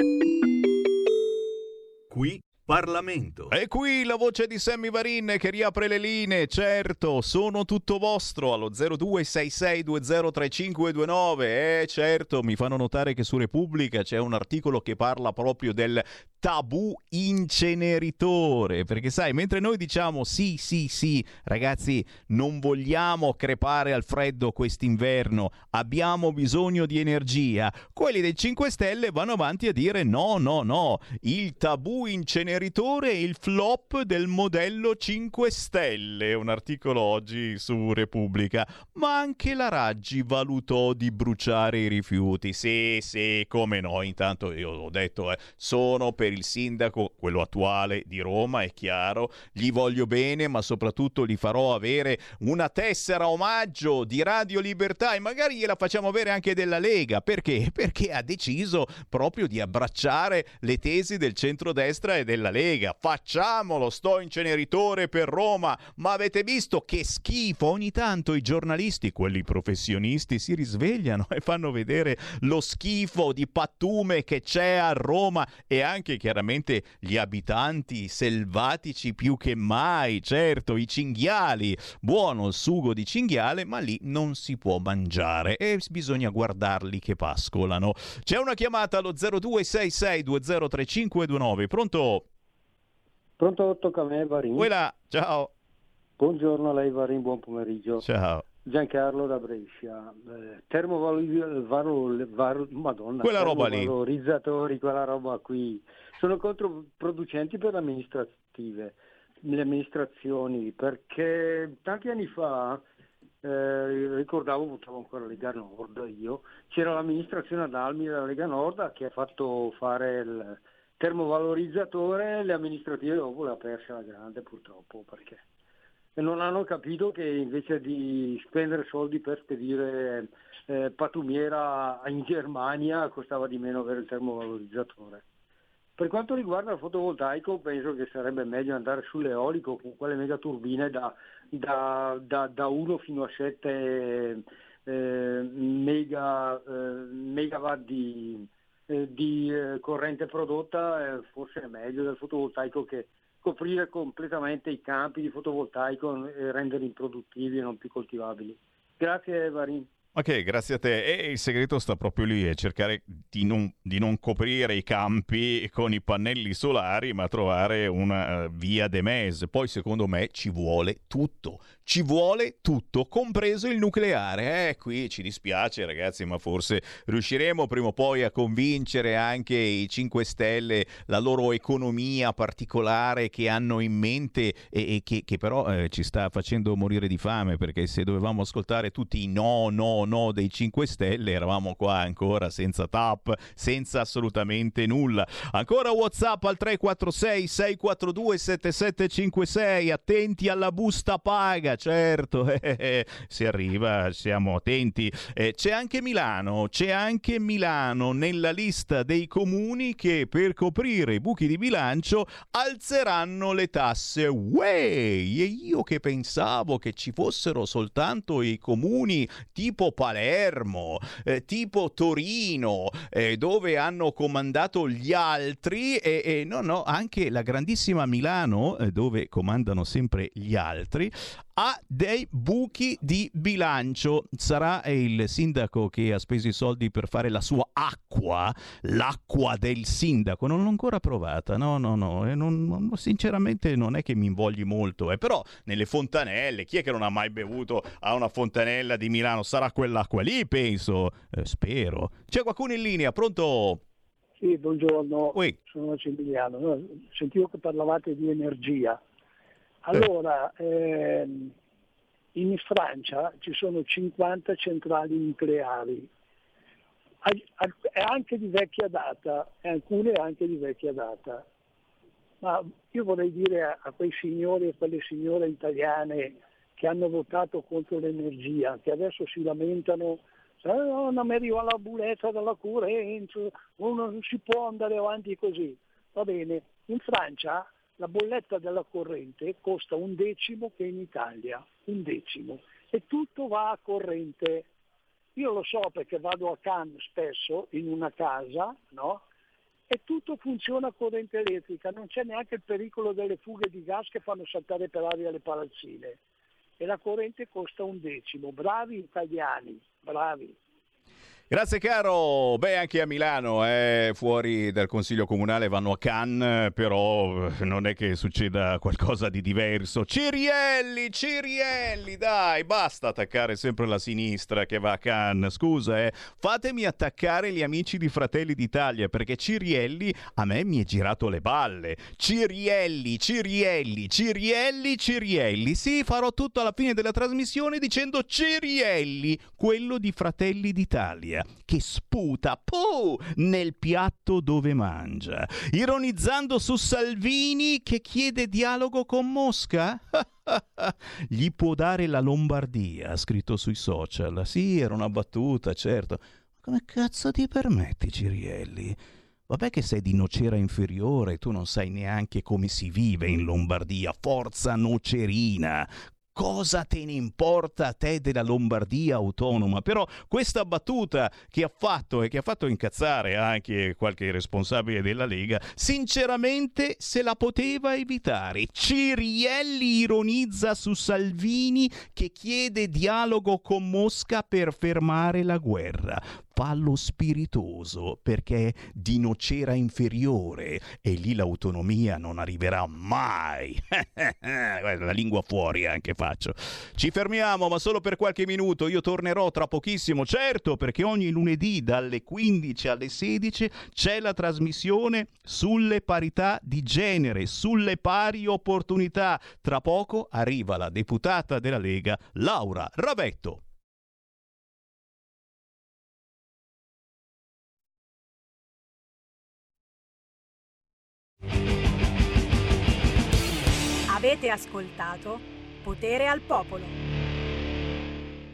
Qui Parlamento. E qui la voce di Sammy Varin che riapre le linee. Certo, sono tutto vostro allo zero due sei sei due zero tre cinque due nove. Eh certo, mi fanno notare che su Repubblica c'è un articolo che parla proprio del tabù inceneritore, perché sai, mentre noi diciamo sì sì sì ragazzi, non vogliamo crepare al freddo quest'inverno, abbiamo bisogno di energia, quelli dei cinque Stelle vanno avanti a dire no no no, il tabù inceneritore è il flop del modello cinque Stelle, un articolo oggi su Repubblica. Ma anche la Raggi valutò di bruciare i rifiuti, sì sì, come no. Intanto io ho detto eh, sono per il sindaco, quello attuale di Roma, è chiaro, gli voglio bene, ma soprattutto gli farò avere una tessera omaggio di Radio Libertà e magari gliela facciamo avere anche della Lega. Perché? Perché ha deciso proprio di abbracciare le tesi del centrodestra e della Lega. Facciamolo sto inceneritore per Roma, ma avete visto che schifo? Ogni tanto i giornalisti, quelli professionisti, si risvegliano e fanno vedere lo schifo di pattume che c'è a Roma e anche chiaramente gli abitanti selvatici più che mai, certo, i cinghiali, buono il sugo di cinghiale, ma lì non si può mangiare e bisogna guardarli che pascolano. C'è una chiamata allo zero due sei sei due zero tre cinque due nove. Pronto? Pronto, tocca a me, Varin. Quella, ciao. Buongiorno a lei, Varin, buon pomeriggio. Ciao. Giancarlo da Brescia. Eh, termovalorizzatori, Madonna, quella roba lì. Termovalorizzatori, quella roba qui. Sono controproducenti per le amministrative, le amministrazioni, perché tanti anni fa, eh, ricordavo, votavo ancora Lega Nord io, c'era l'amministrazione ad Almi della Lega Nord che ha fatto fare il termovalorizzatore, le amministrative dopo le ha perse la grande purtroppo, perché e non hanno capito che invece di spendere soldi per spedire eh, pattumiera in Germania costava di meno avere il termovalorizzatore. Per quanto riguarda il fotovoltaico, penso che sarebbe meglio andare sull'eolico con quelle megaturbine da, da, da, da uno fino a sette eh, mega, eh, megawatt di, eh, di eh, corrente prodotta, eh, forse è meglio del fotovoltaico, che coprire completamente i campi di fotovoltaico e renderli improduttivi e non più coltivabili. Grazie Varin. Ok, grazie a te. E il segreto sta proprio lì, è cercare di non, di non coprire i campi con i pannelli solari, ma trovare una uh, via de mezzo. Poi secondo me ci vuole tutto, ci vuole tutto, compreso il nucleare. Eh, qui ci dispiace ragazzi, ma forse riusciremo prima o poi a convincere anche i cinque Stelle, la loro economia particolare che hanno in mente e, e che, che però eh, ci sta facendo morire di fame, perché se dovevamo ascoltare tutti i no, no, no dei cinque Stelle eravamo qua ancora senza T A P, senza assolutamente nulla. Ancora WhatsApp al tre quattro sei sei quattro due sette sette cinque sei. Attenti alla busta paga, certo, eh, eh, si arriva, siamo attenti. Eh, c'è anche Milano, c'è anche Milano nella lista dei comuni che per coprire i buchi di bilancio alzeranno le tasse. Uey, e io che pensavo che ci fossero soltanto i comuni tipo Palermo, eh, tipo Torino, eh, dove hanno comandato gli altri, e, e no, no, anche la grandissima Milano, eh, dove comandano sempre gli altri, ha dei buchi di bilancio. Sarà il sindaco che ha speso i soldi per fare la sua acqua, l'acqua del sindaco. Non l'ho ancora provata, no, no, no. E non, non, sinceramente non è che mi invogli molto, eh. Però nelle fontanelle, chi è che non ha mai bevuto a una fontanella di Milano? Sarà quell'acqua lì, penso. Eh, spero. C'è qualcuno in linea, pronto? Sì, buongiorno, oui. Sono Massimiliano. Sentivo che parlavate di energia. Allora, ehm, in Francia ci sono cinquanta centrali nucleari, anche di vecchia data, e alcune anche di vecchia data. Ma io vorrei dire a, a quei signori e quelle signore italiane che hanno votato contro l'energia, che adesso si lamentano, oh, non mi arriva la bolletta della corrente, non si può andare avanti così. Va bene, in Francia la bolletta della corrente costa un decimo che in Italia, un decimo, e tutto va a corrente. Io lo so perché vado a Cannes spesso in una casa, no? E tutto funziona a corrente elettrica, non c'è neanche il pericolo delle fughe di gas che fanno saltare per aria le palazzine. E la corrente costa un decimo. Bravi italiani, bravi. Grazie caro, beh anche a Milano, eh, fuori dal Consiglio Comunale vanno a Cannes, però non è che succeda qualcosa di diverso. Cirielli, Cirielli, dai, basta attaccare sempre la sinistra che va a Cannes, scusa eh, fatemi attaccare gli amici di Fratelli d'Italia, perché Cirielli a me mi è girato le balle. Cirielli, Cirielli, Cirielli, Cirielli, sì, farò tutto alla fine della trasmissione dicendo Cirielli, quello di Fratelli d'Italia, che sputa puh, nel piatto dove mangia, ironizzando su Salvini che chiede dialogo con Mosca. Gli può dare la Lombardia, ha scritto sui social. Sì, era una battuta, certo. Come cazzo ti permetti, Cirielli? Vabbè che sei di Nocera Inferiore, tu non sai neanche come si vive in Lombardia. Forza nocerina! Cosa te ne importa a te della Lombardia autonoma? Però questa battuta che ha fatto e che ha fatto incazzare anche qualche responsabile della Lega, sinceramente se la poteva evitare. Cirielli ironizza su Salvini che chiede dialogo con Mosca per fermare la guerra. Fallo spiritoso, perché di Nocera Inferiore e lì l'autonomia non arriverà mai. Guarda, la lingua fuori anche faccio. Ci fermiamo, ma solo per qualche minuto. Io tornerò tra pochissimo, certo, perché ogni lunedì dalle quindici alle sedici c'è la trasmissione sulle parità di genere, sulle pari opportunità. Tra poco arriva la deputata della Lega, Laura Ravetto. Avete ascoltato Potere al Popolo.